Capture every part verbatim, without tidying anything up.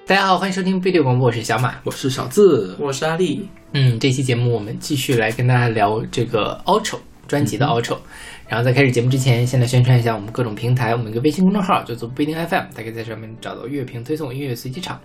大家好，欢迎收听 B 六广播，我是小马， 我是小字， 我是阿力。 嗯，这期节目我们继续来跟大家聊这个 outro 专辑的 outro、嗯、然后在开始节目之前，先来宣传一下我们各种平台。我们一个微信公众号叫做不一定 F M， 大家在上面找到乐评推送、音乐随机场。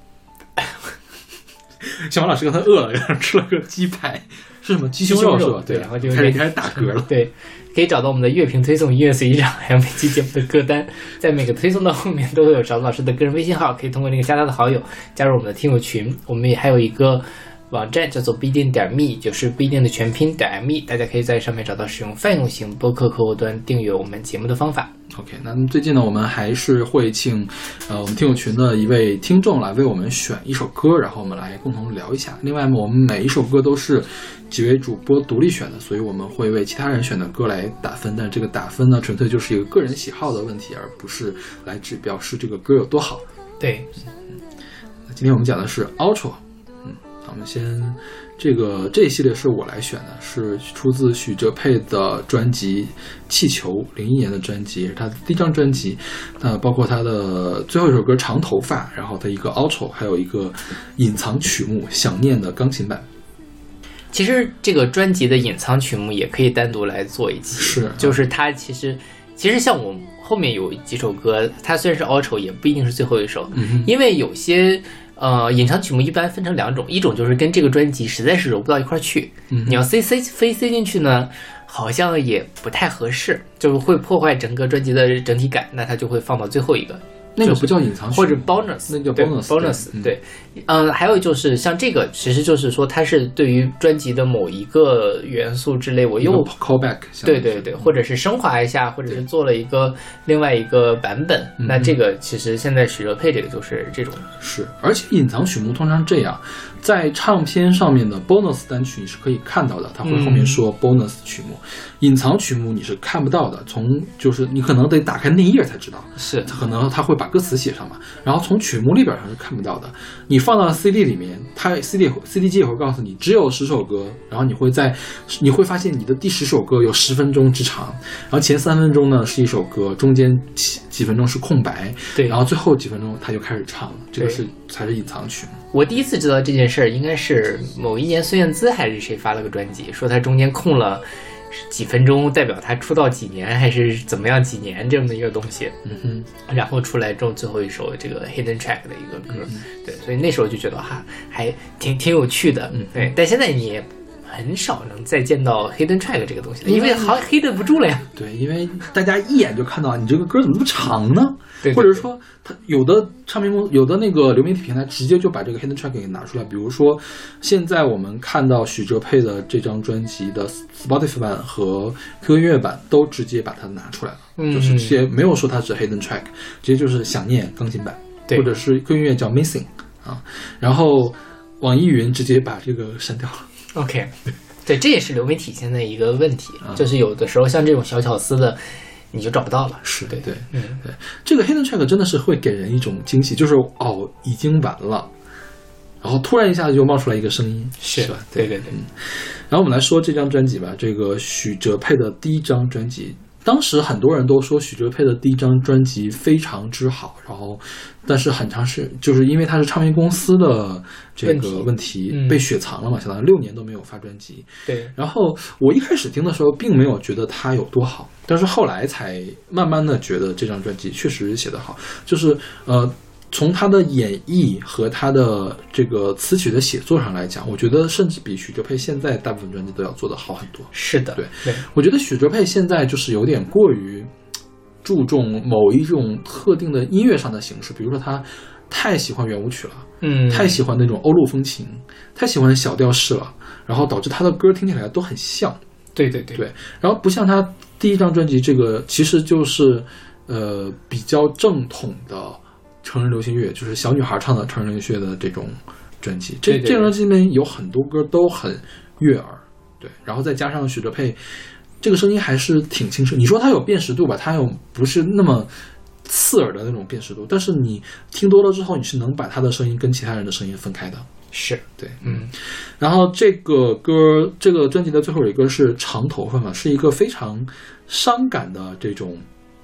小马老师刚才饿了，然后吃了个鸡排，是什么鸡胸肉是吧？ 对，然后就开始开始打嗝了。 对，可以找到我们的乐评推送、音乐随机场，还有每期节目的歌单，在每个推送的后面都会有勺子老师的个人微信号，可以通过那个加他的好友，加入我们的听友群。我们也还有一个网站叫做不一定点 me， 就是不一定的全拼点 me， 大家可以在上面找到使用泛用型播客客户端订阅我们节目的方法。 OK， 那最近呢，我们还是会请呃我们听友群的一位听众来为我们选一首歌，然后我们来共同聊一下。另外呢，我们每一首歌都是几位主播独立选的，所以我们会为其他人选的歌来打分，但这个打分呢，纯粹就是一个个人喜好的问题，而不是来指表示这个歌有多好。 对， 嗯，那今天我们讲的是 outro。嗯，我们先这个这一系列是我来选的，是出自许哲佩的专辑《气球》，零一年的专辑，也是他的第一张专辑。那包括他的最后一首歌《长头发》，然后他一个 outro， 还有一个隐藏曲目《想念》的钢琴版。 其实这个专辑的隐藏曲目也可以单独来做一期， 是， 就是它其实其实像我后面有几首歌，它虽然是 outro， 也不一定是最后一首， 嗯、 因为有些。呃，隐藏曲目一般分成两种，一种就是跟这个专辑实在是揉不到一块去， 嗯、 你要塞塞非塞进去呢，好像也不太合适，就是会破坏整个专辑的整体感，那它就会放到最后一个。 那个不叫隐藏曲目， 或者 bonus， 那叫 bonus bonus 对，嗯，还有就是像这个，其实就是说它是对于专辑的某一个元素之类，我又 callback， 对对对，或者是升华一下，或者是做了一个另外一个版本。那这个其实现在许哲佩这个就是这种是，而且隐藏曲目通常这样，在唱片上面的 bonus 单曲你是可以看到的，它会后面说 bonus 曲目，嗯、隐藏曲目你是看不到的，从就是你可能得打开内页才知道， 是可能他会把歌词写上嘛，然后从曲目列表上是看不到的。你放到 C D 里面，它 C D C D 机也会告诉你只有十首歌，然后你会在你会发现你的第十首歌有十分钟之长，然后前三分钟呢是一首歌，中间几几分钟是空白， 对， 然后最后几分钟他就开始唱了，这个是才是隐藏曲目。 我第一次知道这件事儿，应该是某一年孙燕姿还是谁发了个专辑，说他中间空了几分钟，代表他出道几年还是怎么样几年这么的一个东西。 嗯哼，然后出来之后最后一首这个 Hidden Track 的一个歌， 嗯、 对，所以那时候就觉得哈还挺挺有趣的。 嗯， 对，但现在你也很少能再见到 Hidden Track 这个东西了，因为好像 Hidden 不住了呀。 对，因为大家一眼就看到你这个歌怎么这么长呢？ 对对对， 或者说他有的唱片公有的那个流媒体平台直接就把这个 Hidden Track 给拿出来，比如说现在我们看到许哲佩的这张专辑的 Spotify 版和 Q Q 音乐版都直接把它拿出来了， 嗯、 就是直接没有说它是 Hidden Track， 直接就是想念钢琴版，或者是 Q Q 音乐叫 Missing 啊，然后网易云直接把这个删掉了。 OK， 对，这也是流媒体现在一个问题，嗯、就是有的时候像这种小巧思的。你就找不到了， 是对对， 嗯， 对，这个 Hidden Track 真的是会给人一种惊喜，就是哦，已经完了，然后突然一下子就冒出来一个声音， 是吧？ 对对对。 嗯，然后我们来说这张专辑吧，这个许哲佩的第一张专辑，当时很多人都说许哲佩的第一张专辑非常之好，然后但是很长时就是因为他是唱片公司的这个问题被雪藏了嘛，相当于六年都没有发专辑。 对， 然后我一开始听的时候并没有觉得他有多好，但是后来才慢慢的觉得这张专辑确实写得好，就是呃从他的演绎和他的这个词曲的写作上来讲，我觉得甚至比许哲佩现在大部分专辑都要做得好很多。 是的， 对， 对， 我觉得许哲佩现在就是有点过于注重某一种特定的音乐上的形式，比如说他太喜欢圆舞曲了， 嗯， 太喜欢那种欧陆风情，太喜欢小调式了，然后导致他的歌听起来都很像。 对对对对，然后不像他第一张专辑这个其实就是呃比较正统的成人流行乐，就是小女孩唱的成人流行乐的这种专辑。这这张专辑里面有很多歌都很悦耳，对，然后再加上许哲佩这个声音还是挺清澈。你说他有辨识度吧，他又不是那么刺耳的那种辨识度，但是你听多了之后，你是能把他的声音跟其他人的声音分开的。 是对，嗯。然后这个歌，这个专辑的最后有一个是长头发嘛，是一个非常伤感的这种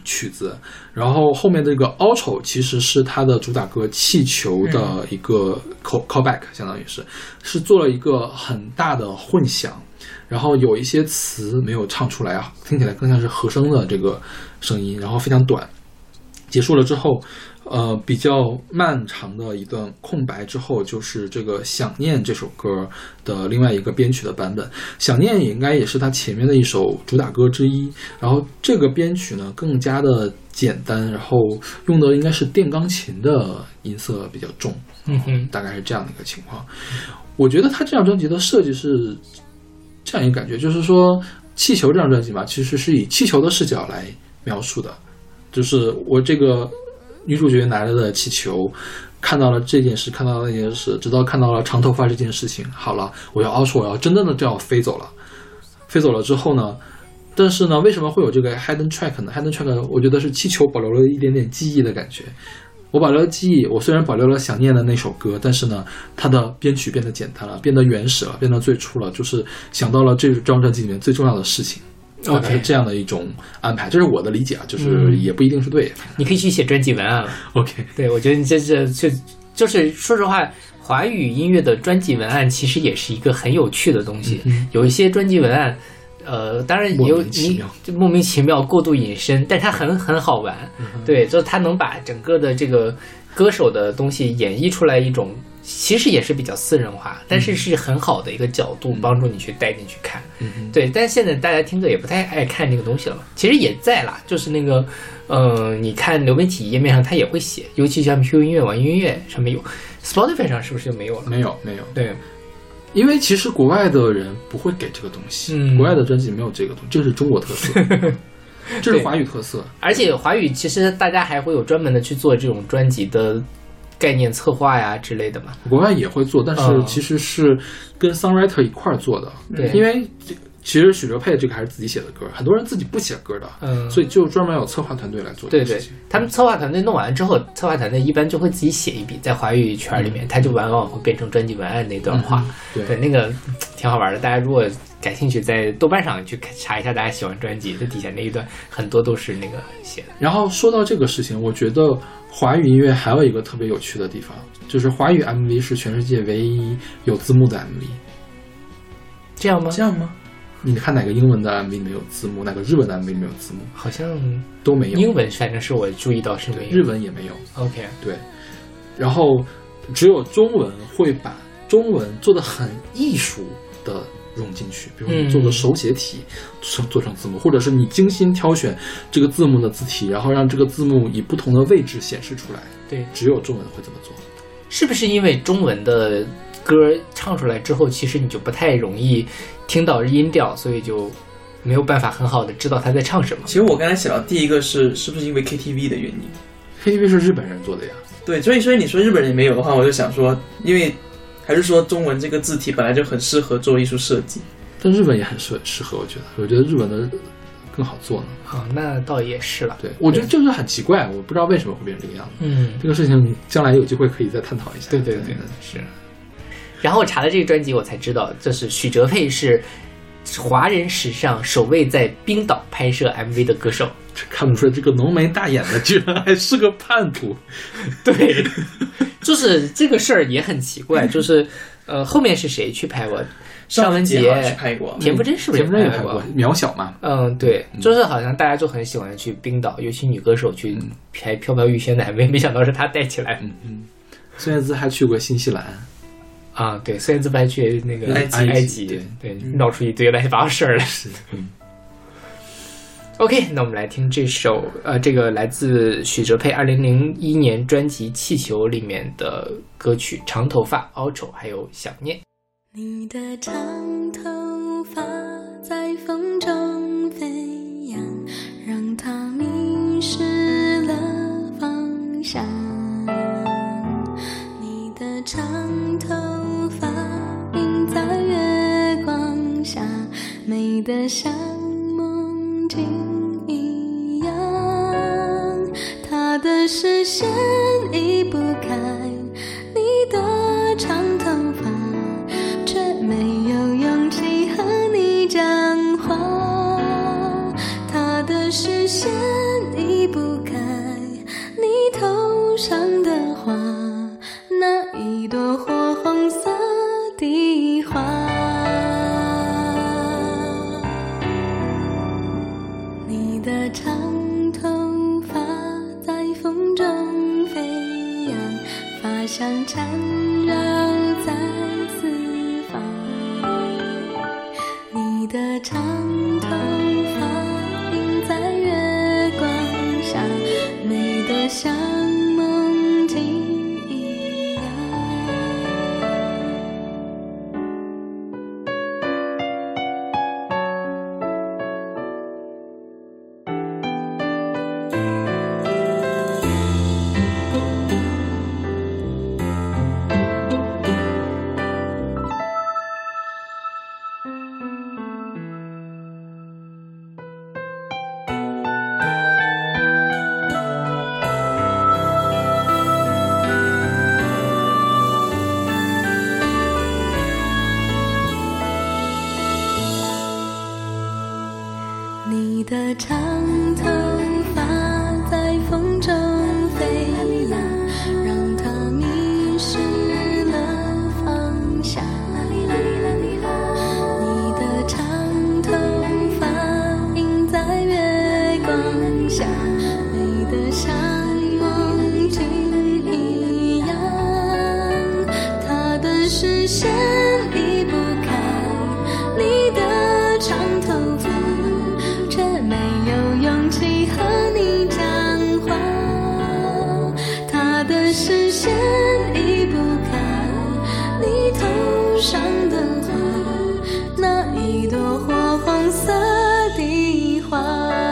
曲子，然后后面这个 outro 其实是他的主打歌气球的一个 call callback， 相当于是是做了一个很大的混响，然后有一些词没有唱出来啊，听起来更像是和声的这个声音，然后非常短。结束了之后，呃，比较漫长的一段空白之后，就是这个《想念》这首歌的另外一个编曲的版本。《想念》也应该也是他前面的一首主打歌之一。然后这个编曲呢更加的简单，然后用的应该是电钢琴的音色比较重， 嗯哼， 大概是这样的一个情况。我觉得他这张专辑的设计是这样一个感觉，就是说《气球》这张专辑嘛，其实是以气球的视角来描述的。就是我这个女主角拿着的气球，看到了这件事，看到了那件事，直到看到了长头发这件事情。好了，我要凹出，我要真正的这样飞走了。飞走了之后呢，但是呢，为什么会有这个 hidden track 呢 ？hidden track 我觉得是气球保留了一点点记忆的感觉。我保留了记忆，我虽然保留了想念的那首歌，但是呢，它的编曲变得简单了，变得原始了，变得最初了，就是想到了这张专辑里面最重要的事情。OK， 这样的一种安排，这是我的理解啊，就是也不一定是对的。 嗯、你可以去写专辑文案了。 OK， 对，我觉得你这这就就是说实话，华语音乐的专辑文案其实也是一个很有趣的东西。嗯、有一些专辑文案，呃，当然有你就莫名其妙过度引申，但是它很很好玩。嗯、对，就是它能把整个的这个歌手的东西演绎出来一种。其实也是比较私人化，但是是很好的一个角度，帮助你去带进去看。嗯、对，但是现在大家听歌也不太爱看那个东西了嘛。其实也在啦，就是那个，呃，你看流媒体页面上它也会写，尤其像 Q Q 音乐、网易音乐上面有 ，Spotify 上是不是就没有了？ 没有，没有。 对， 因为其实国外的人不会给这个东西，嗯、国外的专辑没有这个东西，这是中国特色。这是华语特色， 而且华语其实大家还会有专门的去做这种专辑的概念策划呀之类的嘛， 国外也会做，但是其实是跟 songwriter 一块做的。对、嗯，因为其实许哲佩这个还是自己写的歌，很多人自己不写歌的，嗯，所以就专门有策划团队来做这个事情。对对， 他们策划团队弄完了之后，策划团队一般就会自己写一笔，在华语圈里面，他、嗯、就往往会变成专辑文案那段话。嗯、对, 对，那个挺好玩的。大家如果感兴趣，在豆瓣上去查一下大家喜欢专辑，这底下那一段很多都是那个写的。 然后说到这个事情，我觉得华语音乐还有一个特别有趣的地方，就是华语 M V 是全世界唯一有字幕的 M V。 这样吗？ 这样吗？你看哪个英文的 M V 没有字幕，哪个日文的 M V 没有字幕？ 好像都没有。 英文反正是我注意到是没有， 日文也没有。 OK， 对。然后只有中文会把中文做得很艺术的融进去，比如你做个手写体、嗯、做成字幕，或者是你精心挑选这个字幕的字体，然后让这个字幕以不同的位置显示出来。 对， 只有中文会这么做。 是不是因为中文的歌唱出来之后，其实你就不太容易听到音调，所以就没有办法很好的知道他在唱什么？ 其实我刚才想到第一个是是不是因为 K T V 的原因 ？K T V 是日本人做的呀。 对，所以所以你说日本人没有的话，我就想说，因为还是说中文这个字体本来就很适合做艺术设计， 但日本也很适适合，我觉得，我觉得日本的更好做呢。 啊，那倒也是了。 对，我觉得这个很奇怪，我不知道为什么会变成这个样子。嗯，这个事情将来有机会可以再探讨一下。 对对 对, 对，是。然后我查了这个专辑，我才知道，这是许哲佩是华人史上首位在冰岛拍摄 M V 的歌手。 看不出来，这个浓眉大眼的居然还是个叛徒。 对，就是这个事儿也很奇怪，就是呃，后面是谁去拍过？尚雯婕去拍过， 田馥甄是不是也拍过？渺小嘛。 嗯，对，就是好像大家就很喜欢去冰岛，尤其女歌手去拍飘飘欲仙的 M V， 没想到是她带起来。 嗯嗯。孙燕姿还去过新西兰。 啊，对，孙燕姿还去那个埃及， 埃及，对对，闹出一堆乱七八糟事儿来。 是，嗯。 OK， 那我们来听这首呃，这个来自许哲佩二零零一年专辑《气球》里面的歌曲《长头发》Outro， 还有《想念》。 你的长头发在风中飞扬，让它迷失了方向。你的长头发映在月光下，美得像梦境一样。他的视线移不开你的长头发，却没有勇气和你讲话。他的视线移长头发映在月光下，美得像梦境一样。你的长头发在风中飞扬，让它迷失了方向。你的长头发映在月光下，美得像梦境一样。它的视线离不开你的长头发，却没有勇气和你讲话。他的视线移不开你头上的花，那一朵火红色的花。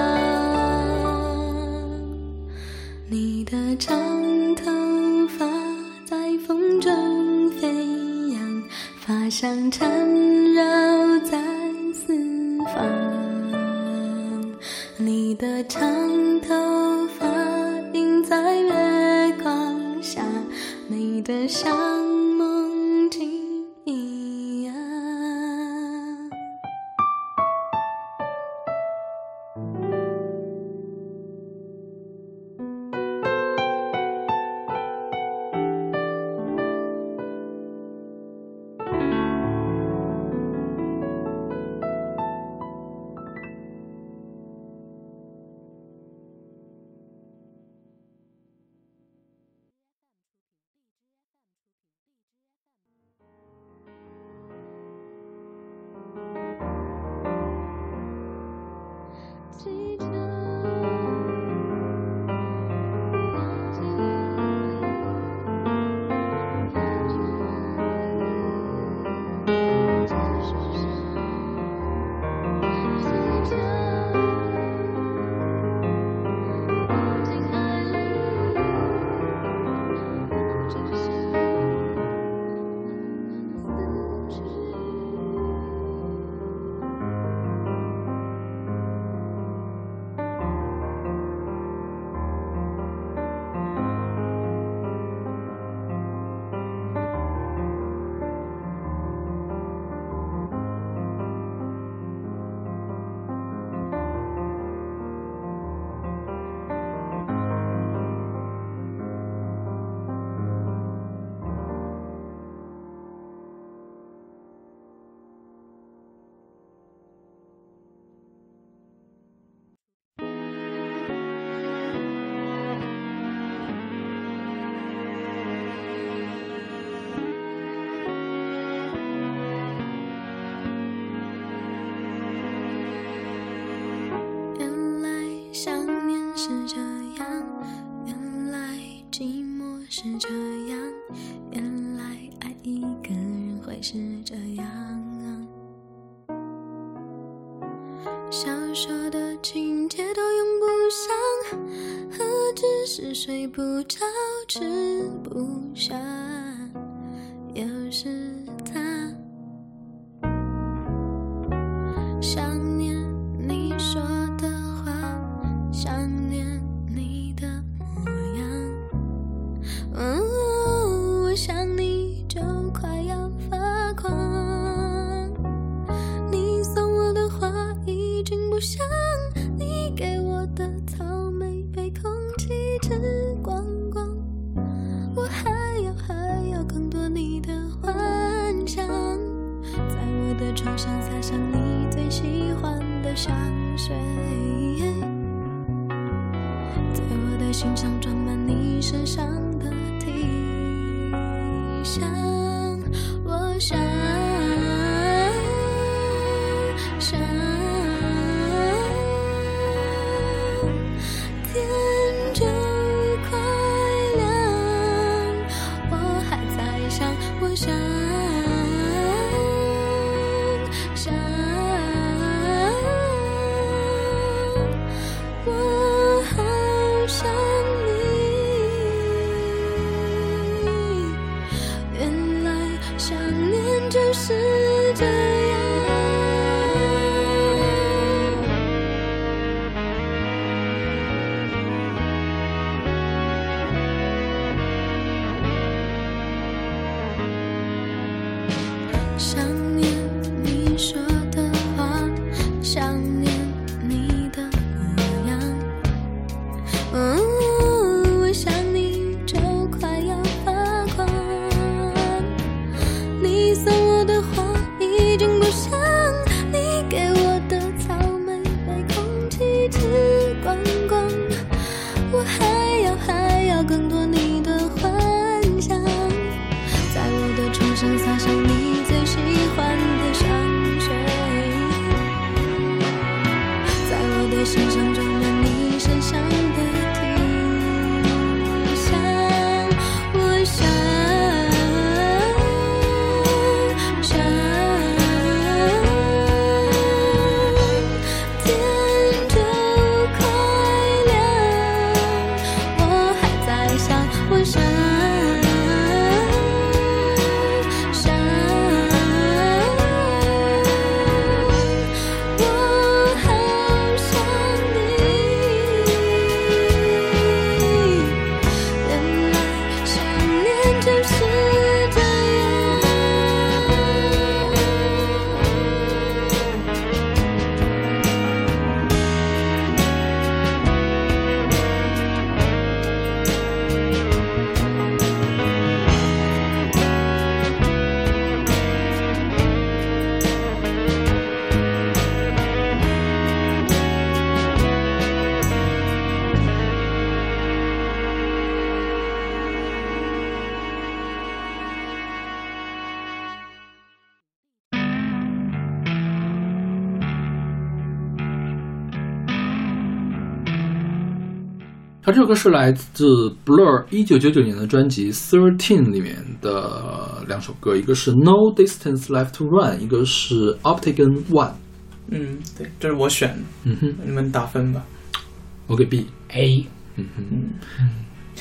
你的长头发在风中飞扬，发香缠绕在四方。你的长头发映在月光下，美得像梦境一样。记着是这样，原来爱一个人会是这样。小说的情节都用不上，何止是睡不着吃不下，又是他想念你说的话，想念你的模样。哦，我想你就快要发狂，你送我的花已经不像你给我的草莓，被空气吃光光。我还要还要更多你的幻想，在我的床上撒上你最喜欢的香水，在我的心上装满你身上的体香。我想想它这首歌是来自 Blur 一九九九年的专辑 thirteen 里面的两首歌，一个是 No Distance Left to Run， 一个是 Octagon One。 嗯，对，这是我选的。 嗯哼， 你们打分吧。 我给 B。 A。 嗯哼， 嗯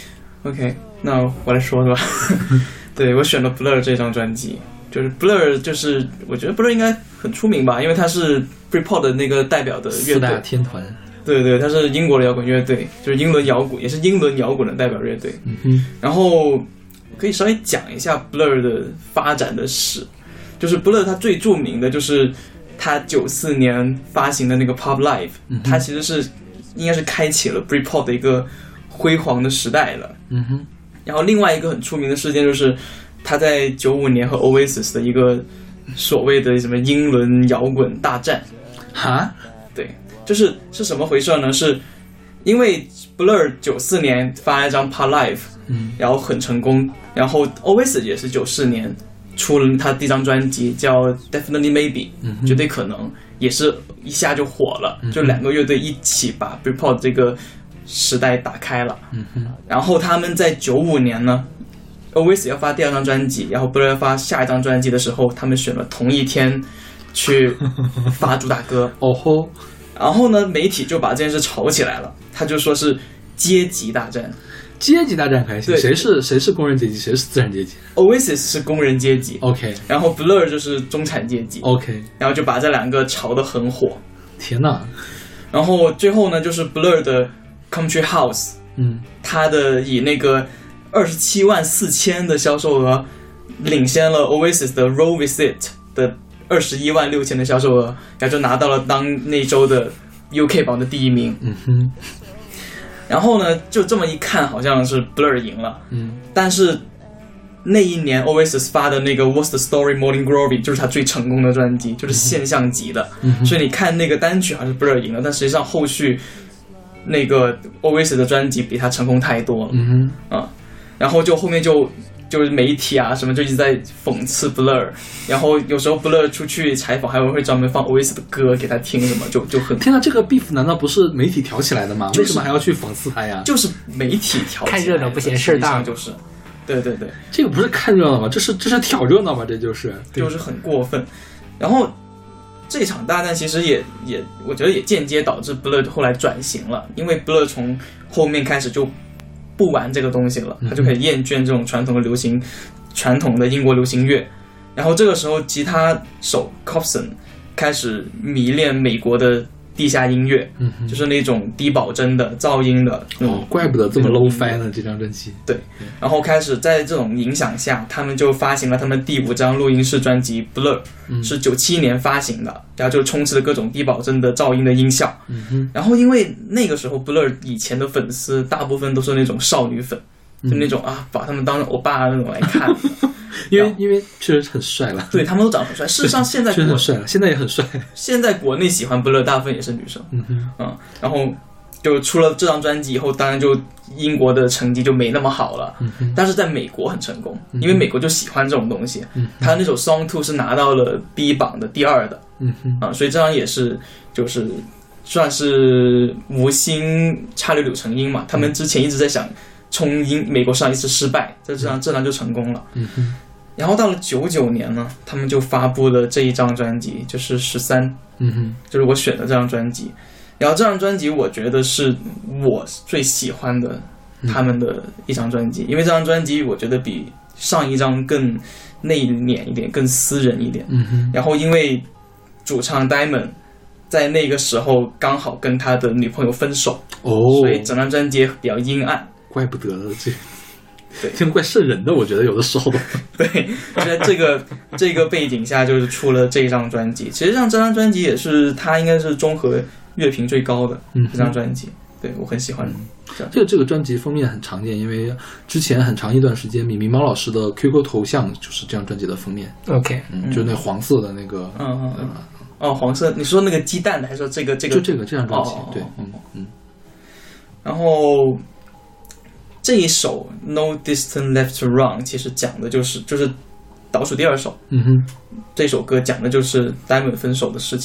OK， 那我来说是吧？对，我选了 Blur 这张专辑，就是 Blur， 就是我觉得 Blur 应该很出名吧，因为它是 Britpop 的那个代表的乐四大队， 天团。 对对，它是英国的摇滚乐队，就是英伦摇滚，也是英伦摇滚的代表乐队。 嗯哼， 然后可以稍微讲一下 Blur 的发展的史，就是 Blur 它最著名的就是它九四年发行的那个 Pop Live， 嗯、 它其实是应该是开启了 Britpop 的一个辉煌的时代了。 嗯哼， 然后另外一个很出名的事件就是他在九五年和 Oasis 的一个所谓的什么英伦摇滚大战。 哈， 对，就是是什么回事呢？是因为 Blur 九四年发了一张 Pop Live， 嗯， 然后很成功，然后 Oasis 也是九四年出了他第一张专辑叫 Definitely Maybe， 嗯， 绝对可能，也是一下就火了，嗯，就两个乐队一起把 Britpop 这个时代打开了。 嗯哼， 然后他们在九五年呢 Oasis 要发第二张专辑，然后 Blur 要发下一张专辑的时候，他们选了同一天去发主打歌。 哦吼， 然后呢媒体就把这件事炒起来了，他就说是阶级大战。 阶级大战开心，谁是谁是工人阶级，谁是资产阶级？ Oasis 是工人阶级 OK， 然后 Blur 就是中产阶级 OK， 然后就把这两个炒得很火。 天哪！ 然后最后呢就是 Blur 的 Country House， 嗯， 它的以那个二十七万四千的销售额领先了 Oasis 的 Roll With It 的二十一万六千的销售额，然后就拿到了当那周的 U K 榜的第一名。 嗯哼， 然后呢就这么一看好像是 Blur 赢了， 嗯， 但是那一年 Oasis 发的那个 What's the Story Morning Glory 就是他最成功的专辑，就是现象级的， 嗯， 所以你看那个单曲好像是 Blur 赢了，但实际上后续那个 Oasis 的专辑比他成功太多了。 嗯哼，啊，然后就后面就就是媒体啊什么就一直在讽刺 Blur， 然后有时候 Blur 出去采访还会专门放 Oasis 的歌给他听，什么就就很天哪，这个 beef 难道不是媒体挑起来的吗？ 就是、 为什么还要去讽刺他呀？ 就是媒体挑起来的， 看热闹不嫌事儿大， 就是，对对对， 这个不是看热闹吗？这是这是挑热闹吗？这就是就是很过分。然后这场大战其实也也我觉得也间接导致 Blur 后来转型了，因为 Blur 从后面开始就不玩这个东西了，他就开始厌倦这种传统的流行传统的英国流行乐。然后这个时候吉他手 Cobson 开始迷恋美国的地下音乐， 嗯， 就是那种低保真的噪音的， 哦，怪不得这么 low fi 呢这张专辑。 对，然后开始在这种影响下，他们就发行了他们第五张录音室专辑 Blur，嗯，是九七年发行的，然后就充斥了各种低保真的噪音的音效。 嗯哼， 然后因为那个时候 Blur 以前的粉丝大部分都是那种少女粉，就那种啊把他们当欧巴那种来看。 因为因为确实很帅了， 对，他们都长得很帅。事实上现在确实很帅了，现在也很帅。 现在国内喜欢 Blur 大部分也是女生。 嗯哼， 嗯，然后就出了这张专辑以后，当然就英国的成绩就没那么好了。 嗯，但是在美国很成功，因为美国就喜欢这种东西。嗯，他那首 Song Two 是拿到了 B 榜的第二的。 嗯哼， 啊，所以这张也是就是算是无心插柳柳成荫嘛。他们之前一直在想冲英美国上一次失败，这张这张就成功了。 嗯哼。 然后到了九九年呢，他们就发布了这一张专辑，就是十三， 嗯哼， 就是我选的这张专辑。然后这张专辑我觉得是我最喜欢的他们的一张专辑，嗯，因为这张专辑我觉得比上一张更内敛一点，更私人一点。 嗯哼。然后因为主唱 Diamond 在那个时候刚好跟他的女朋友分手， 哦， 所以整张专辑比较阴暗。 怪不得了，这。 对， 挺怪瘆人的，我觉得有的时候。 对，在这个这个背景下，就是出了这张专辑。其实上这张专辑也是他应该是综合乐评最高的这张专辑。嗯，对，我很喜欢。这这个这个专辑封面很常见，因为之前很长一段时间，米米猫老师的 Q Q 头像就是这张专辑的封面。 OK， 嗯，就那黄色的那个， 嗯嗯嗯，哦，黄色，你说那个鸡蛋的，还是说这个这个？ 就这个这张专辑， 哦， 对，嗯嗯。 然后。这一首 No Distance Left to Run 其实讲的就是就是倒数第二首， 嗯哼， 这首歌讲的就是 Diamond 分手的事情。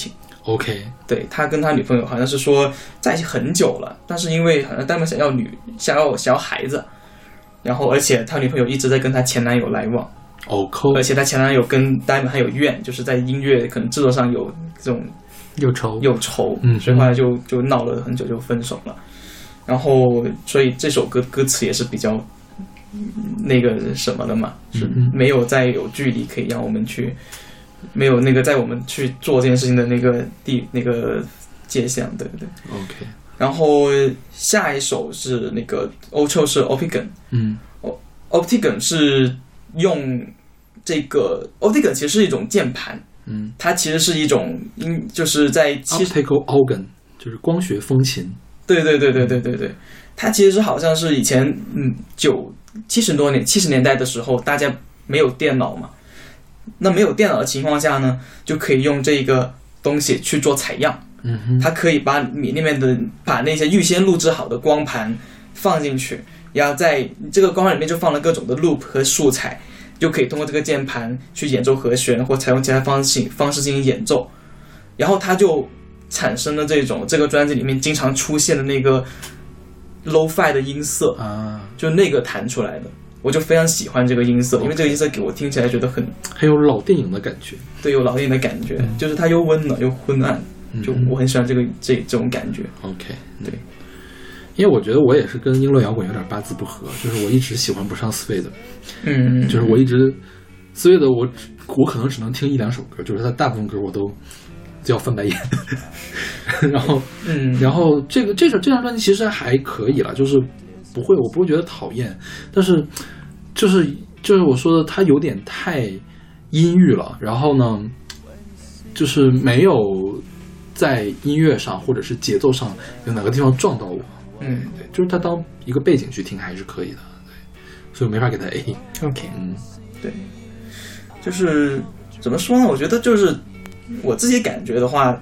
OK， 对，他跟他女朋友好像是说在一起很久了，但是因为好像 Diamond 想要女想要想要孩子，然后而且他女朋友一直在跟他前男友来往。 哦，抠， 而且他前男友跟 Diamond 还有怨，就是在音乐可能制作上有这种有仇有仇， 嗯， 所以后来就就闹了很久就分手了。然后所以这首歌歌词也是比较那个什么的嘛，是没有再有距离可以让我们去，没有那个在我们去做这件事情的那个地那个界限，对对对 ，OK。 然后下一首是那个欧秋是 Optigan， 嗯 ，Optigan 是用这个 Optigan 其实是一种键盘， 嗯， 它其实是一种音，就是在七 optical organ 就是光学风琴。 对对对对对对对，它其实好像是以前嗯九七十多年七十年代的时候，大家没有电脑嘛，那没有电脑的情况下呢，就可以用这个东西去做采样。 嗯哼， 它可以把你那边的把那些预先录制好的光盘放进去，然后在这个光盘里面就放了各种的 loop 和素材，就可以通过这个键盘去演奏和弦或采用其他方式方式进行演奏，然后它就产生了这种这个专辑里面经常出现的那个 lo-fi 的音色啊， 就那个弹出来的，我就非常喜欢这个音色，因为这个音色给我听起来觉得很很有老电影的感觉， 对，有老电影的感觉，嗯、就是它又温暖又昏暗，就我很喜欢这个这这种感觉。 OK， 对， 因为我觉得我也是跟英伦摇滚有点八字不合，就是我一直喜欢不上斯威的， 嗯， 就是我一直斯威的我我可能只能听一两首歌，就是他大部分歌我都就要翻白眼，然后嗯， 然后这个这首这张专辑其实还可以了，就是不会我不会觉得讨厌，但是就是就是我说的它有点太阴郁了，然后呢就是没有在音乐上或者是节奏上有哪个地方撞到我， 嗯， 对，就是它当一个背景去听还是可以的，对，所以我没法给它 A。OK， 嗯，对，就是怎么说呢？我觉得就是我自己感觉的话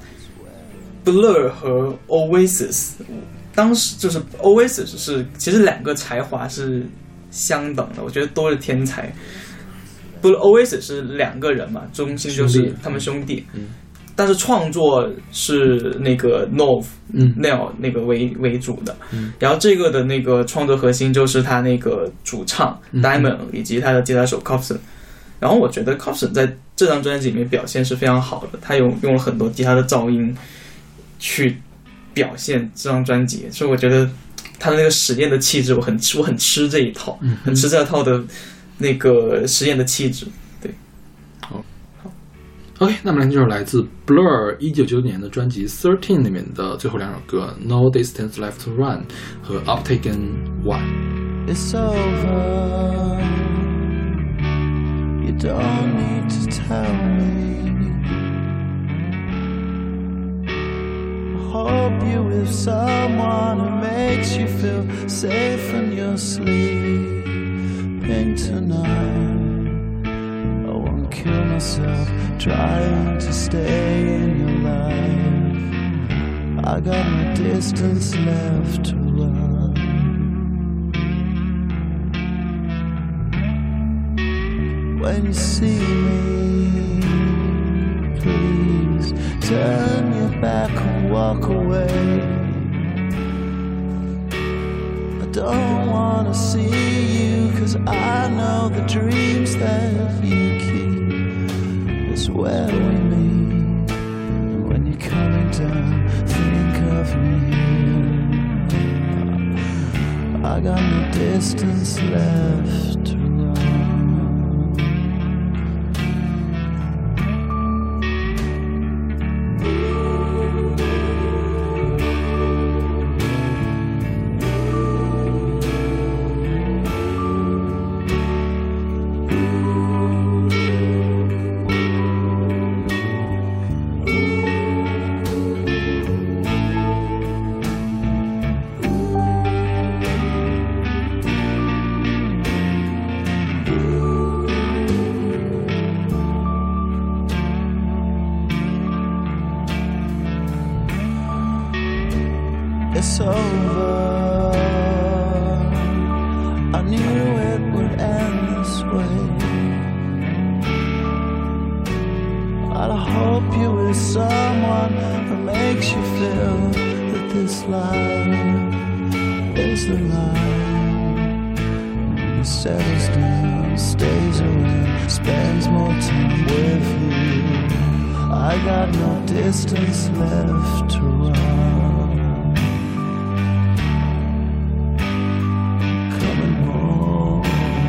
，Blur 和 Oasis， 当时就是 Oasis 是其实两个才华是相等的，我觉得都是天才。Blur Oasis 是两个人嘛，中心就是他们兄弟。 嗯， 但是创作是那个 Nov 嗯 Neil 那个为为主的， 嗯， 然后这个的那个创作核心就是他那个主唱 Diamond、嗯、以及他的吉他手 Cofson。然后我觉得 Cofson 在这张专辑里面表现是非常好的，他用用了很多吉他的噪音去表现这张专辑，所以我觉得他的那个实验的气质，我很我很吃这一套， 嗯、 很吃这套的那个实验的气质。对， 好。OK， 那么来就是来自 Blur 一九九九年的专辑 thirteen 里面的最后两首歌 No Distance Left to Run 和 Optigan One。It's over, you don't need to tell me. I hope you're with someone who makes you feel safe in your sleeping tonight.Kill myself trying to stay in your life. I got no distance left to run. When you see me, please turn your back and walk away. I don't wanna see you, 'cause I know the dreams that you keep.It's where we meet, and when you're coming down, think of me. I got no distance left to run. It's over, I knew it would end this way. I'd hope you were someone makes you feel that this line is the line. He settles down, stays around, spends more time with you. I got no distance left to run. Coming home.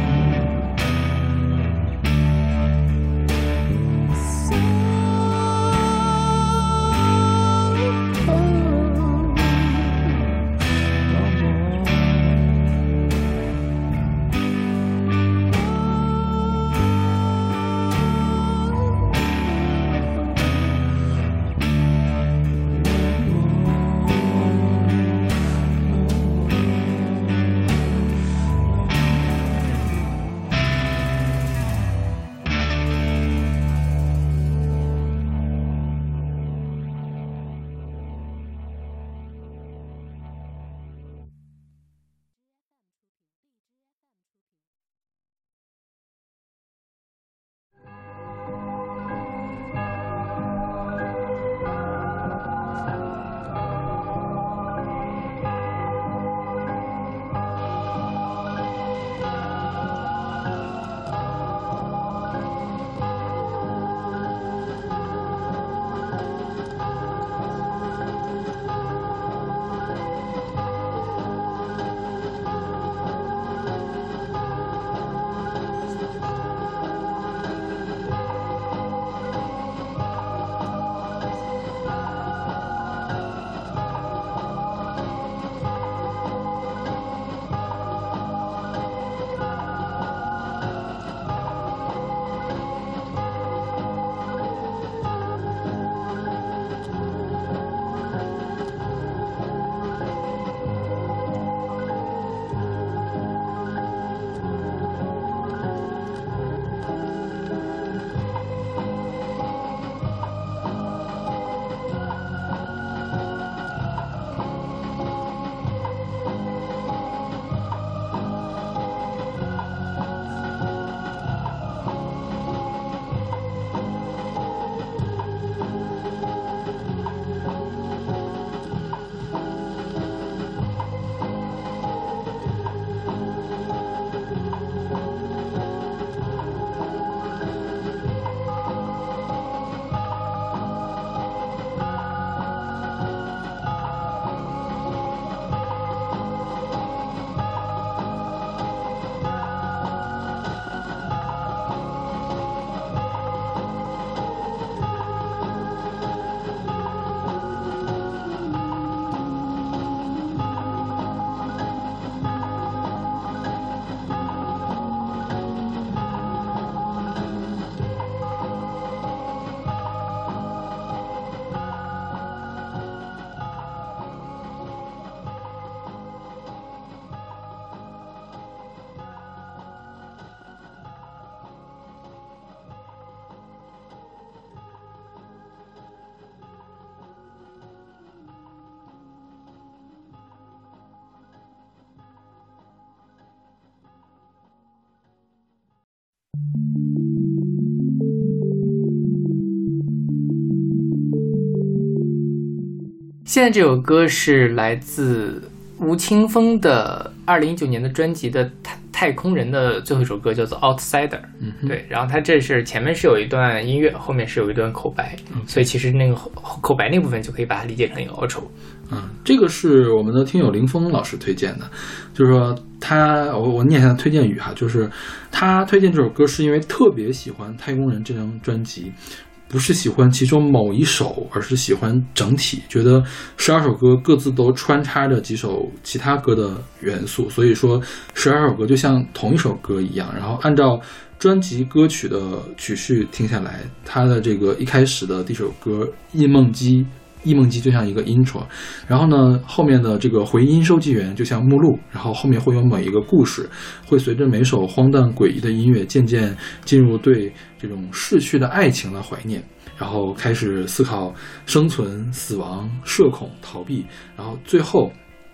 现在这首歌是来自吴青峰的二零一九年的专辑的太太空人的最后一首歌，叫做 Outsider。 嗯， 对，然后它这是前面是有一段音乐，后面是有一段口白，嗯，所以其实那个口白那部分就可以把它理解成一个 outro。 嗯，这个是我们的听友林峰老师推荐的，就是说他我我念一下推荐语哈，就是他推荐这首歌是因为特别喜欢《太空人》这张专辑，不是喜欢其中某一首，而是喜欢整体，觉得十二首歌各自都穿插着几首其他歌的元素，所以说十二首歌就像同一首歌一样，然后按照专辑歌曲的曲序听下来，它的这个一开始的第一首歌《印梦机》忆梦机就像一个 intro， 然后呢后面的这个回音收集员就像目录，然后后面会有每一个故事，会随着每首荒诞诡异的音乐渐渐进入对这种逝去的爱情的怀念，然后开始思考生存、死亡、社恐、逃避，然后最后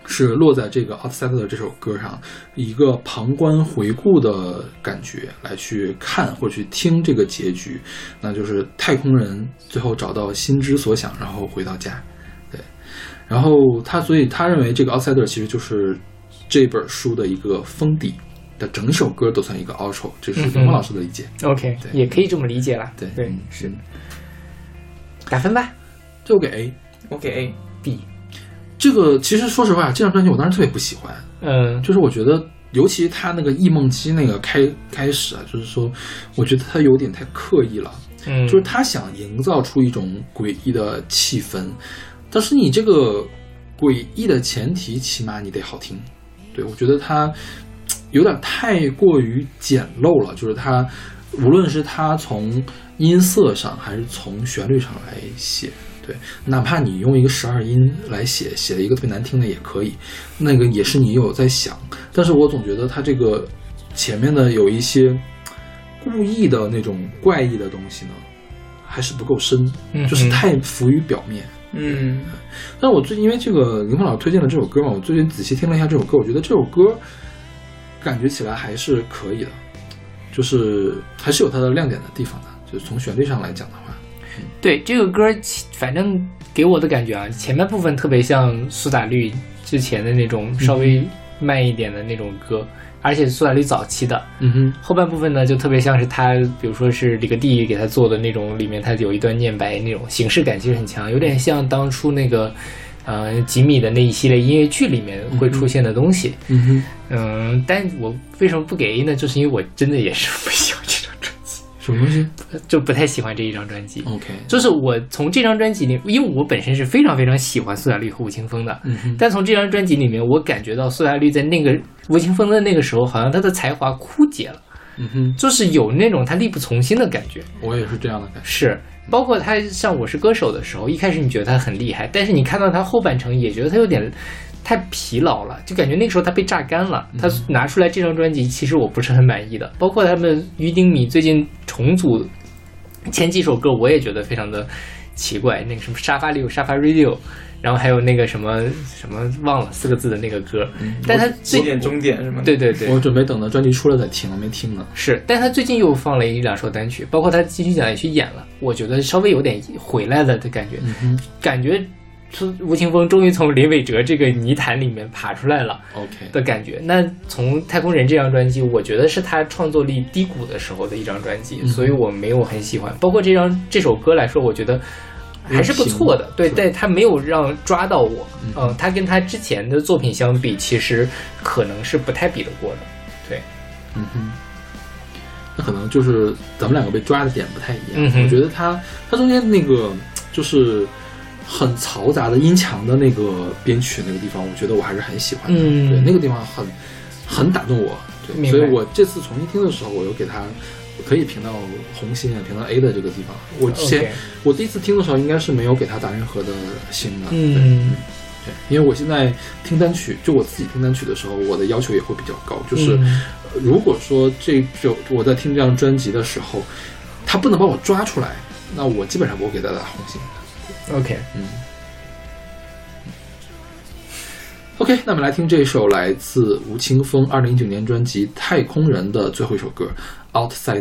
是落在这个 Outsider 这首歌上，一个旁观回顾的感觉来去看或去听这个结局，那就是太空人最后找到心之所想，然后回到家。对，然后他所以他认为这个 Outsider 其实就是这本书的一个封底的，整首歌都算一个 outro， 这是刘梦老师的理解。 嗯、OK， 也可以这么理解了。 对对， 嗯、 是。打分吧， 就给 A， 我给 A。B， 这个其实说实话，这张专辑我当时特别不喜欢。 嗯， 就是我觉得，尤其他那个忆梦机那个开开始啊，就是说，我觉得他有点太刻意了。 嗯， 就是他想营造出一种诡异的气氛，但是你这个诡异的前提，起码你得好听。对，我觉得他有点太过于简陋了，就是他无论是他从音色上还是从旋律上来写，对，哪怕你用一个十二音来写，写了一个特别难听的也可以，那个也是你有在想。但是我总觉得他这个前面的有一些故意的那种怪异的东西呢，还是不够深， 嗯、 就是太浮于表面。 嗯， 但是我最近因为这个林峰老师推荐了这首歌嘛，我最近仔细听了一下这首歌，我觉得这首歌感觉起来还是可以的，就是还是有它的亮点的地方的，就是从旋律上来讲的话。嗯、 对这个歌，反正给我的感觉啊，前面部分特别像苏打绿之前的那种稍微慢一点的那种歌，嗯、而且苏打绿早期的。 嗯哼， 后半部分呢，就特别像是他，比如说是李格弟给他做的那种，里面他有一段念白那种形式感，其实很强，有点像当初那个，呃，吉米的那一系列音乐剧里面会出现的东西。 嗯哼， 嗯，但我为什么不给 A 呢？就是因为我真的也是不喜欢这张专辑。 什么东西？ 就不太喜欢这一张专辑。 OK， 就是我从这张专辑里，因为我本身是非常非常喜欢苏打绿和吴青峰的， 嗯哼， 但从这张专辑里面，我感觉到苏打绿在那个吴青峰的那个时候，好像他的才华枯竭了。 嗯哼， 就是有那种他力不从心的感觉。 我也是这样的感觉。 是，包括他像《我是歌手》的时候，一开始你觉得他很厉害，但是你看到他后半程也觉得他有点太疲劳了，就感觉那个时候他被榨干了。他拿出来这张专辑，其实我不是很满意的。包括他们于丁米最近重组前几首歌，我也觉得非常的奇怪，那个什么沙发里有沙发 radio。然后还有那个什么什么忘了四个字的那个歌，嗯、但他起点终点是吗？ 对对对， 我准备等到专辑出来再听，我没听呢。 是，但他最近又放了一两首单曲，包括他金曲奖也去演了，我觉得稍微有点回来了的感觉， 嗯、 感觉吴青峰终于从林伟哲这个泥潭里面爬出来了 ，OK 的感觉。那从太空人这张专辑，我觉得是他创作力低谷的时候的一张专辑，嗯、所以我没有很喜欢。包括这张这首歌来说，我觉得还是不错的，对，但他没有让抓到我，嗯、呃，他跟他之前的作品相比，其实可能是不太比得过的，对， 嗯哼，那可能就是咱们两个被抓的点不太一样。 嗯、 我觉得他他中间那个就是很嘈杂的音墙的那个编曲那个地方，我觉得我还是很喜欢的， 嗯， 对，那个地方很很打动我，对，所以我这次重新听的时候，我又给他。可以评到红心啊，评到 A 的这个地方。我之前、okay. 我第一次听的时候，应该是没有给他打任何的星的。 嗯， 对，因为我现在听单曲，就我自己听单曲的时候，我的要求也会比较高。就是、 嗯、 如果说这首我在听这张专辑的时候，他不能把我抓出来，那我基本上不会给他打红心的。 OK， 嗯。OK， 那么来听这首来自吴青峰二零一九年专辑《太空人》的最后一首歌《Outsider》。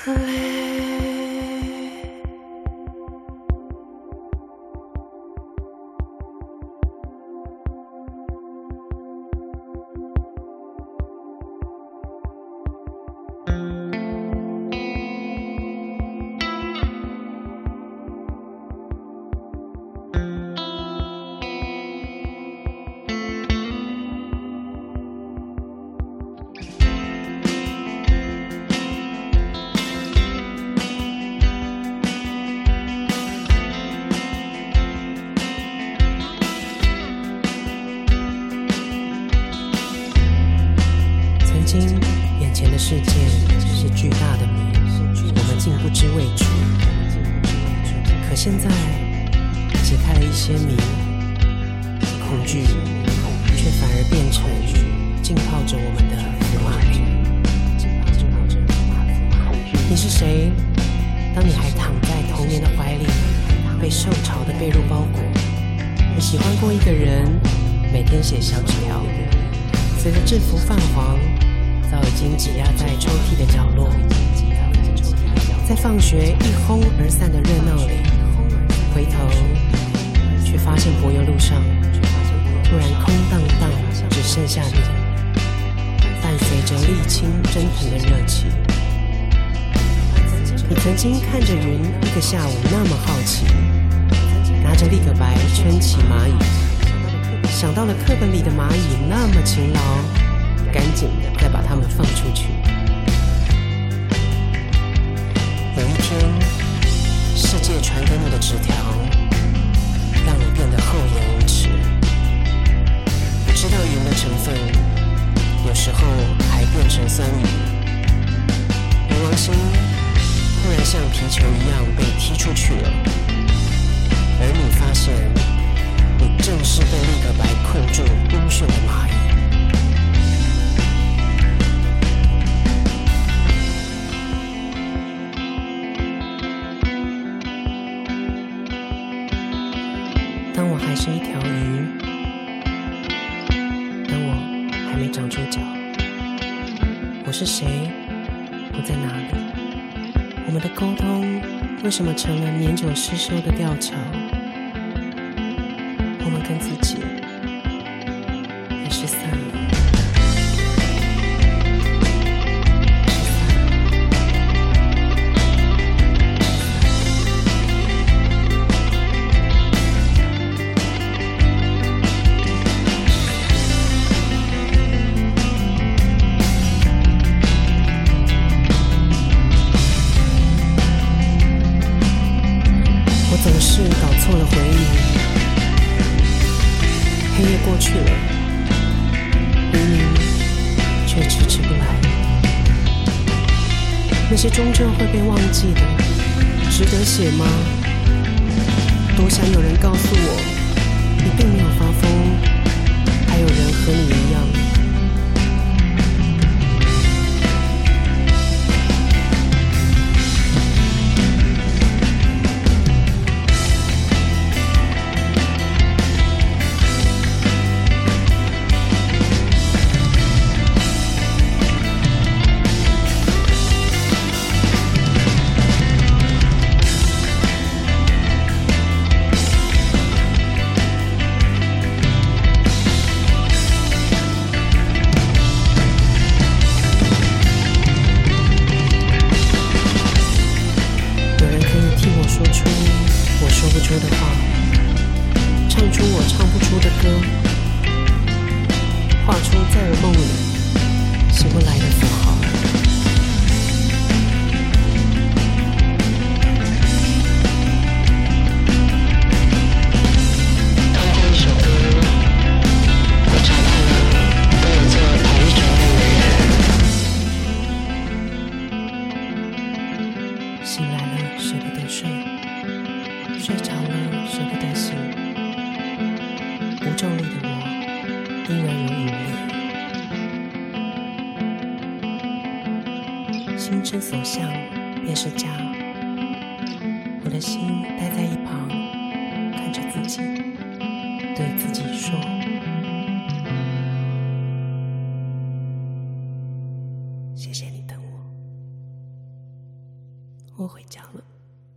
眼前的世界是巨大的谜，我们竟不知畏惧。可现在解开了一些谜，恐惧却反而变成浸泡着我们的福马林。你是谁？当你还躺在童年的怀里，被受潮的被褥包裹。你喜欢过一个人，每天写小纸条，随着制服泛黄，早已经挤压在抽屉的角落。在放学一哄而散的热闹里，回头却发现柏油路上突然空荡荡，只剩下你，伴随着沥青蒸腾的热气。你曾经看着云一个下午那么好奇，拿着立可白圈起蚂蚁，想到了课本里的蚂蚁那么勤劳，赶紧再把它们放出去。有一天，世界传给你的纸条，让你变得厚颜无耻。不知道云的成分，有时候还变成酸雨。冥王星突然像皮球一样被踢出去了，而你发现，你正是被立可白困住晕眩的蚂蚁。当我还是一条鱼，当我还没长出脚，我是谁？我在哪里？我们的沟通为什么成了年久失修的吊桥？我们跟自己也失散了。总是搞错了回忆，黑夜过去了，黎明却迟迟不来。那些终究会被忘记的，值得写吗？多想有人告诉我，你并没有发疯，还有人和你一样。心之所向，便是家。我的心待在一旁，看着自己，对自己说：谢谢你等我。 我回家了。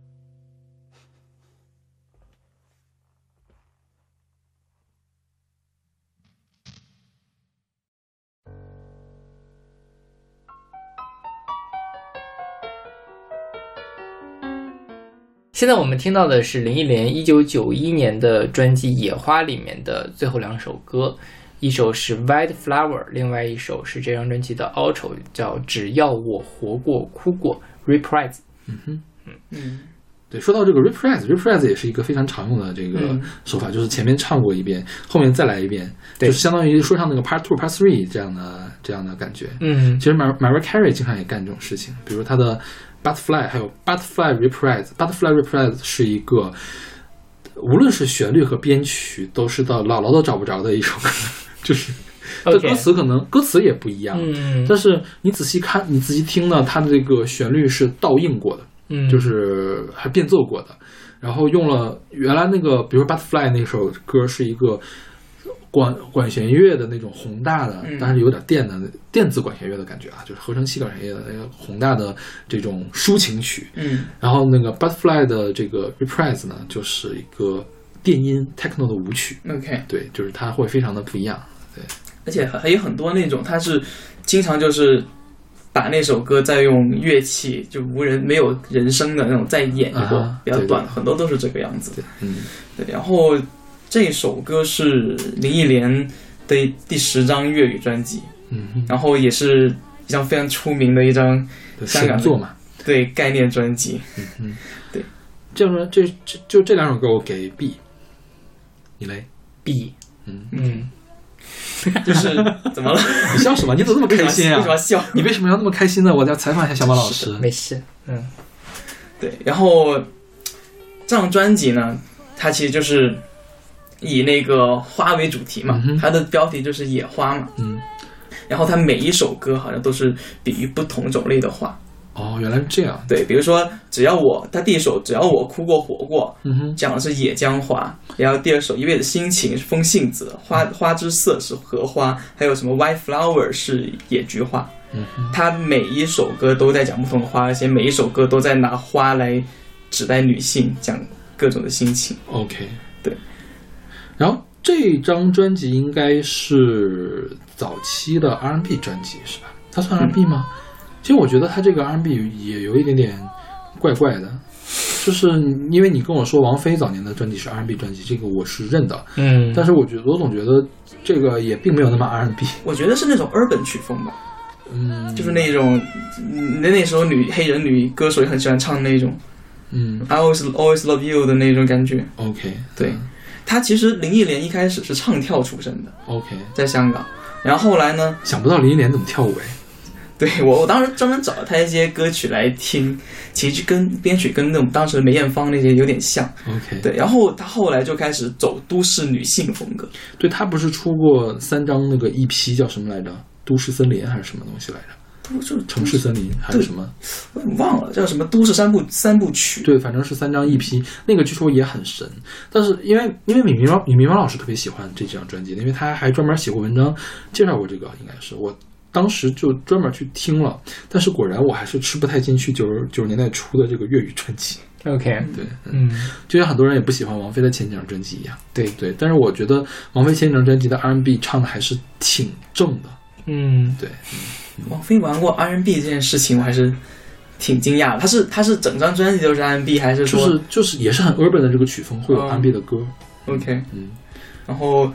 现在我们听到的是林忆莲一九九一年的专辑《野花》里面的最后两首歌，一首是《White Flower》，另外一首是这张专辑的 outro， 叫《只要我活过哭过》 Reprise。 嗯哼， 嗯嗯， 对，说到这个 reprise，reprise 也是一个非常常用的这个手法，嗯、就是前面唱过一遍，后面再来一遍，就是相当于说唱那个 part two、part three 这样的这样的感觉。 嗯， 其实 Mariah Carey 经常也干这种事情，比如他的 Butterfly， 还有 Butterfly reprise。Butterfly reprise 是一个无论是旋律和编曲都是到姥姥都找不着的一首歌，就是这歌词可能歌词也不一样， 嗯， 但是你仔细看，你仔细听呢，它的这个旋律是倒映过的。 嗯， 就是还变奏过的，然后用了原来那个，比如 Butterfly 那首歌是一个管管弦乐的那种宏大的， 嗯、 但是有点电的电子管弦乐的感觉啊，就是合成器管弦乐的那个宏大的这种抒情曲。 嗯， 然后那个 Butterfly 的这个 Reprise 呢，就是一个电音 techno 的舞曲。 OK， 对，就是它会非常的不一样。对， 而且还有很多那种，它是经常就是把那首歌再用乐器就无人没有人声的那种再演一过， 啊、 比较短， 对对很多都是这个样子。 对，嗯， 对。然后这首歌是林忆莲的第十张粤语专辑， 嗯， 然后也是一张非常出名的一张香港神作嘛， 对概念专辑。 嗯嗯， 对。 这样说，这这就这两首歌我给 B， 你嘞 ？B， 嗯嗯。就是怎么了？ 你笑什么？你怎么那么开心啊？ 为什么要笑？ 你为什么要那么开心呢？我要采访一下小马老师。 没事，嗯， 对。然后这张专辑呢，它其实就是以那个花为主题嘛， 嗯、 它的标题就是野花嘛， 嗯。 然后它每一首歌好像都是比喻不同种类的花。 哦，原来是这样。 对，比如说只要我，他第一首只要我哭过活过， 嗯哼，讲的是野姜花，然后第二首一味的心情是风信子，花花之色是荷花，还有什么 white flower 是野菊花。 嗯哼， 他每一首歌都在讲不同的花，而且每一首歌都在拿花来指代女性，讲各种的心情。 OK， 对。 然后这张专辑应该是早期的 R and B 专辑是吧？它算 R and B 吗？嗯，其实我觉得他这个 R and B 也有一点点怪怪的，就是因为你跟我说王菲早年的专辑是 R and B 专辑，这个我是认的， 嗯， 但是我觉得我总觉得这个也并没有那么 R and B， 我觉得是那种 urban 曲风吧， 嗯， 就是那种那那时候女黑人女歌手也很喜欢唱那种， 嗯 I always always love you 的那种感觉。 OK， 对，她其实林忆莲一开始是唱跳出身的 OK， 在香港，然后后来呢， 想不到林忆莲怎么跳舞哎。 对，我我当时专门找了他一些歌曲来听，其实跟编曲跟那种当时梅艳芳那些有点像。 OK， 对，然后他后来就开始走都市女性风格。 对，他不是出过三张那个 E P 叫什么来着？都市森林还是什么东西来着？ 都是城市森林还是什么？ 我忘了叫什么都市三部三部曲。 对，反正是三张 E P， 那个据说也很神。但是因为因为米明芳米明芳老师特别喜欢这张专辑，因为他还专门写过文章介绍过这个，应该是我。当时就专门去听了，但是果然我还是吃不太进去九十九十年代初的这个粤语专辑。 OK， 对，嗯，就像很多人也不喜欢王菲的前几张专辑一样。 对对，但是我觉得王菲前几张专辑的 R and B 唱的还是挺正的。 嗯， 对。 嗯、王菲玩过 R and B 这件事情，我还是挺惊讶的。她是她是整张专辑都是 R and B， 还是说就是就是也是很 urban 的这个曲风会有 R and B 的歌。 嗯、OK， 嗯， 然后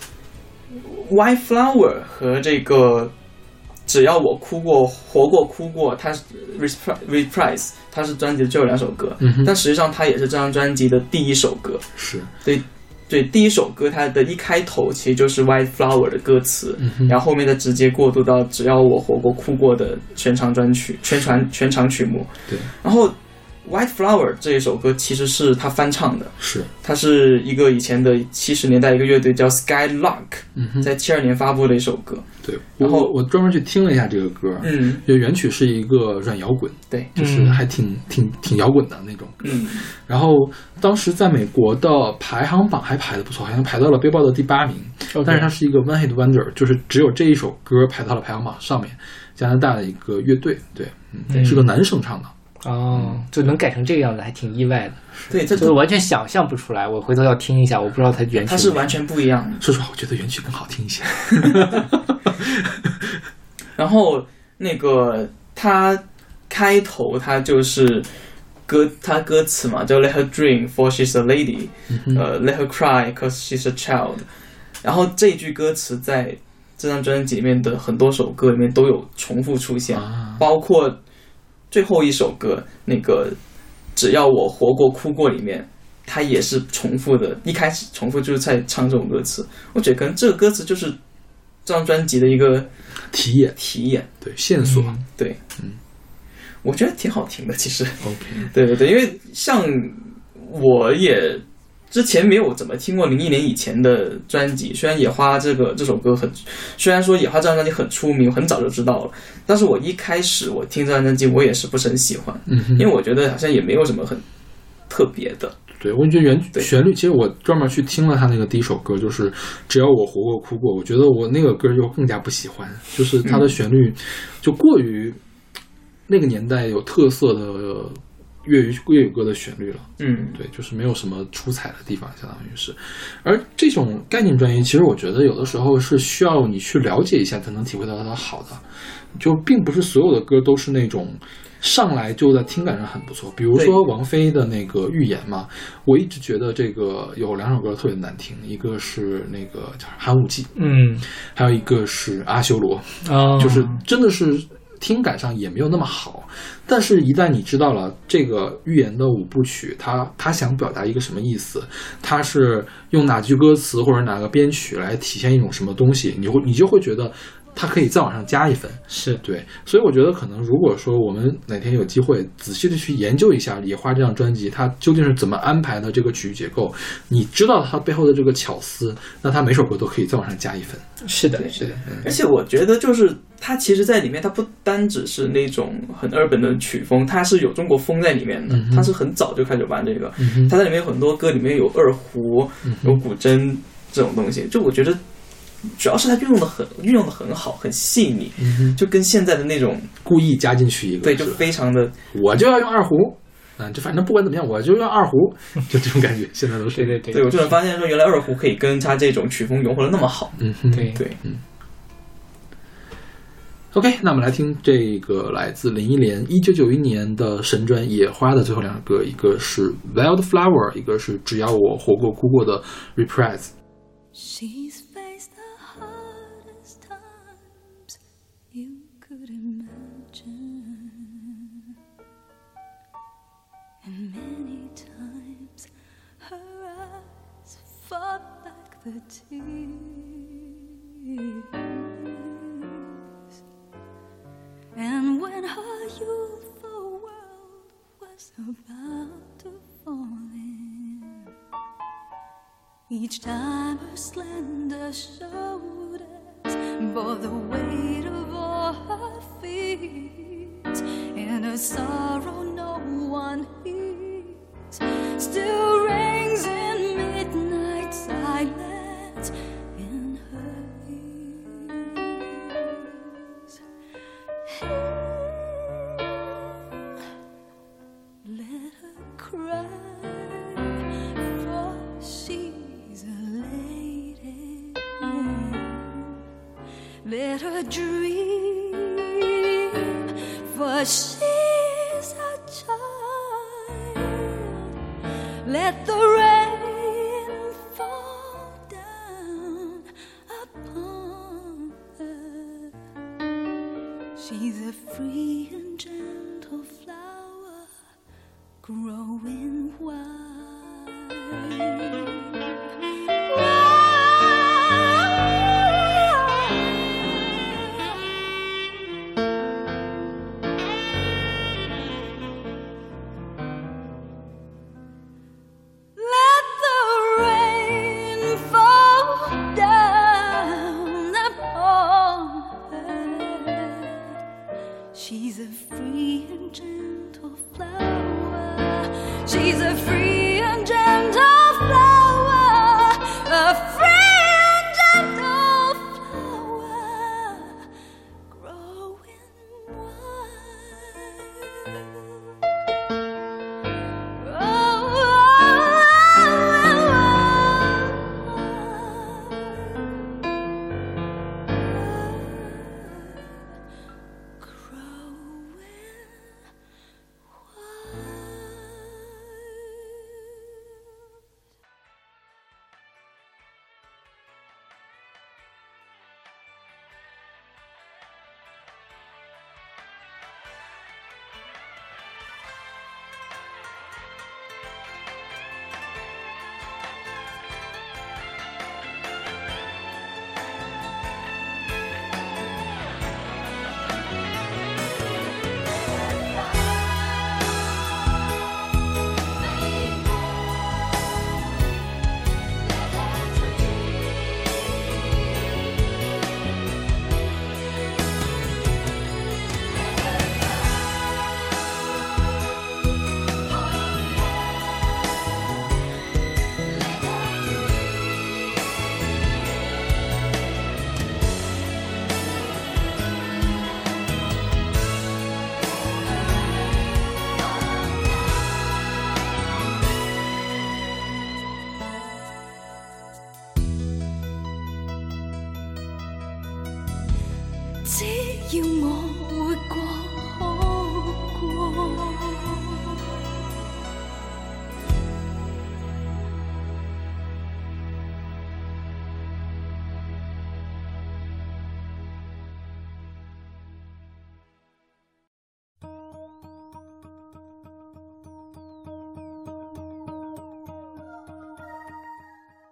White Flower 和这个。只要我哭过活过哭过，它是 Reprise， 它是专辑的最后两首歌， 嗯， 但实际上它也是这张专辑的第一首歌。 是， 对对，第一首歌它的一开头其实就是 White Flower 的歌词， 嗯， 然后后面再直接过渡到只要我活过哭过的全长专曲全传全长曲目。 对， 然后 White Flower 这一首歌其实是他翻唱的， 是， 它是一个以前的七十年代一个乐队叫 Skylark， 嗯， 在七二年发布的一首歌。 对， 然后我专门去听了一下这个歌， 嗯， 就原曲是一个软摇滚， 对， 就是还挺、嗯、挺挺摇滚的那种， 嗯。 然后当时在美国的排行榜还排得不错，好像排到了 Billboard 的第八名， okay. 但是它是一个 One Hit Wonder， 就是只有这一首歌排到了排行榜上面。加拿大的一个乐队，对，嗯，是个男生唱的。 哦，就能改成这个样子，还挺意外的。 对，这就是完全想象不出来。我回头要听一下，我不知道它原曲。 它是完全不一样的。 说实话，我觉得原曲更好听一些。 然后那个它开头它就是歌，它歌词嘛，叫 Let her dream for she's a lady，、嗯、呃 Let her cry cause she's a child。然后这句歌词在这张专辑里面的很多首歌里面都有重复出现，啊、包括最后一首歌那个只要我活过哭过里面，它也是重复的，一开始重复就是在唱这种歌词。我觉得可能这个歌词就是这张专辑的一个题眼， 题眼， 对，线索， 嗯、对，嗯，我觉得挺好听的，其实。 OK， 对对对，因为像我也之前没有怎么听过零一年以前的专辑，虽然野花这个这首歌很，虽然说野花这张专辑很出名，很早就知道了，但是我一开始我听这张专辑我也是不是很喜欢， 嗯， 因为我觉得好像也没有什么很特别的。 对，我觉得原旋律，其实我专门去听了他那个第一首歌，就是只要我活过哭过，我觉得我那个歌就更加不喜欢，就是他的旋律就过于那个年代有特色的粤语粤语歌的旋律了。 嗯， 对，就是没有什么出彩的地方，相当于是。而这种概念专辑，其实我觉得有的时候是需要你去了解一下才能体会到它的好的，就并不是所有的歌都是那种上来就在听感上很不错。比如说王菲的那个预言嘛，我一直觉得这个有两首歌特别难听，一个是那个叫寒武纪， 嗯， 还有一个是阿修罗， 哦， 就是真的是听感上也没有那么好，但是一旦你知道了这个预言的五部曲，它它想表达一个什么意思，它是用哪句歌词或者哪个编曲来体现一种什么东西，你会你就会觉得它可以再往上加一分。 是对，所以我觉得可能如果说我们哪天有机会仔细的去研究一下野花这张专辑，它究竟是怎么安排的这个曲结构，你知道它背后的这个巧思，那它每首歌都可以再往上加一分。 是的，是的。 而且我觉得就是它其实在里面，它不单只是那种很urban的曲风，它是有中国风在里面的。 嗯、 它是很早就开始玩这个， 嗯、 它在里面有很多歌里面有二胡、 嗯、 有古筝这种东西，就我觉得主要是它运用的很运用的很好，很细腻、 嗯， 就跟现在的那种故意加进去一个， 对，就非常的， 我就要用二胡。啊，就反正不管怎么样，我就用二胡，就这种感觉，现在都是。 对对对， 对我就能发现说，原来二胡可以跟它这种曲风融合的那么好。 嗯， 对对， 嗯。OK， 那我们来听这个来自林忆莲一九九一年的神专《野花》的最后两首歌，一个是《Wildflower》，一个是《只要我活过哭过》的 Reprise。She's faced the hardest times you could imagine, and many times her eyes fought back the tears, and when her youthful world was about to fall in, each time her slender shoulders bore the weight of all her fears, and her sorrow no one hears still rings in midnight silence in her ears. Let her cry, for she's a lady. Let her dream, for she's a child. Let the rain fall down upon her. She's a free and gentle flower growing wild. Let the rain fall down upon her. She's a free and gentle flower. She's a free and gentle flower. A free and gentle flower growing wild.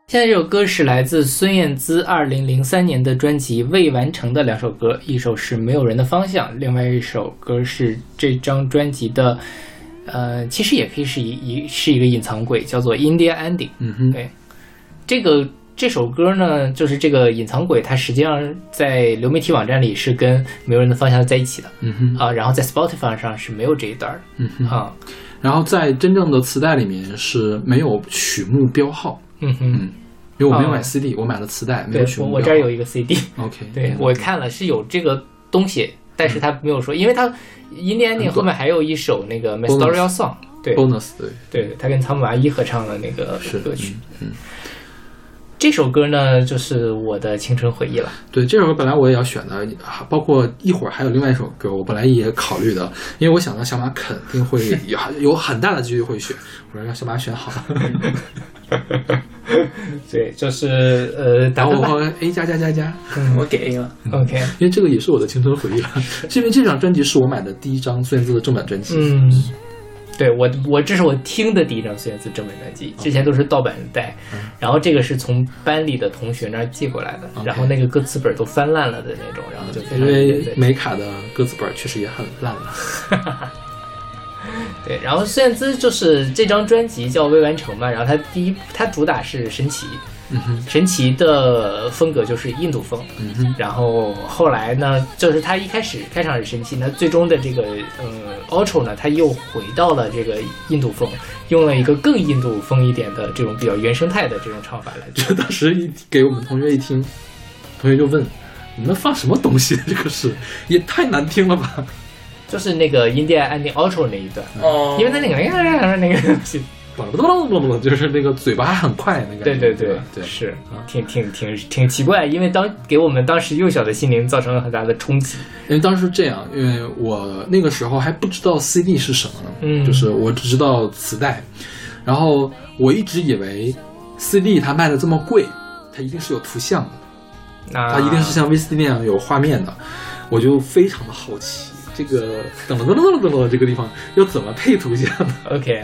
现在这首歌是来自孙燕姿二零零三年的专辑《未完成》的两首歌，一首是《没有人的方向》，另外一首歌是这张专辑的，呃，其实也可以是一一是一个隐藏轨，叫做《India Ending》。 嗯哼， 对，这个这首歌呢，就是这个隐藏轨，它实际上在流媒体网站里是跟《没有人的方向》在一起的。 嗯哼啊，然后在 Spotify 上是没有这一段的。 嗯哼啊， 然后在真正的磁带里面是没有曲目标号。 嗯哼， 嗯，因为我没有买哦 C D，、我买了磁带，没对有曲目标号。 我我这儿有一个 C D。 OK， 对， 嗯我看了是有这个东西，但是他没有说，因为他 India Ending 后面还有一首那个 Mysterious Song， 对 bonus 对对，他跟汤姆阿伊合唱的那个是歌曲。 嗯。嗯这首歌呢，就是我的青春回忆了。 对，这首歌本来我也要选的，包括一会儿还有另外一首歌，我本来也考虑的，因为我想到小马肯定会有有很大的几率会选，我说让小马选好了。 对，就是呃，打分吧。 然后我 A 加加加加， 我给 A 了。 OK， 因为这个也是我的青春回忆了，是因为这张专辑是我买的第一张孙燕姿的正版专辑。 嗯。对我，我这是我听的第一张孙燕姿正版专辑，之前都是盗版带， 嗯、 然后这个是从班里的同学那儿寄过来的， okay. 然后那个歌词本都翻烂了的那种，然后就非常因为美卡的歌词本确实也很烂了。 对，然后孙燕姿就是这张专辑叫《未完成》嘛，然后它第一，它主打是神奇。 嗯哼， 神奇的风格就是印度风， 嗯哼， 然后后来呢，就是他一开始开场是神奇，那最终的这个呃 outro 呢，他又回到了这个印度风，用了一个更印度风一点的这种比较原生态的这种唱法来做。 就当时一给我们同学一听，同学就问：“你们放什么东西？这个是也太难听了吧？” 就是那个 India Ending outro 那一段， 哦， 因为他那个那个东西。 就是那个嘴巴很快那个， 对对对对， 是挺挺挺挺奇怪，因为当给我们当时幼小的心灵造成了很大的冲击。 因为当时这样，因为我那个时候还不知道 C D 是什么， 嗯， 就是我只知道磁带，然后我一直以为 C D 它卖的这么贵，它一定是有图像的， 啊、 它一定是像 V C D 那样有画面的，我就非常的好奇，这个噔噔噔噔噔噔这个地方要怎么配图像的 ？OK。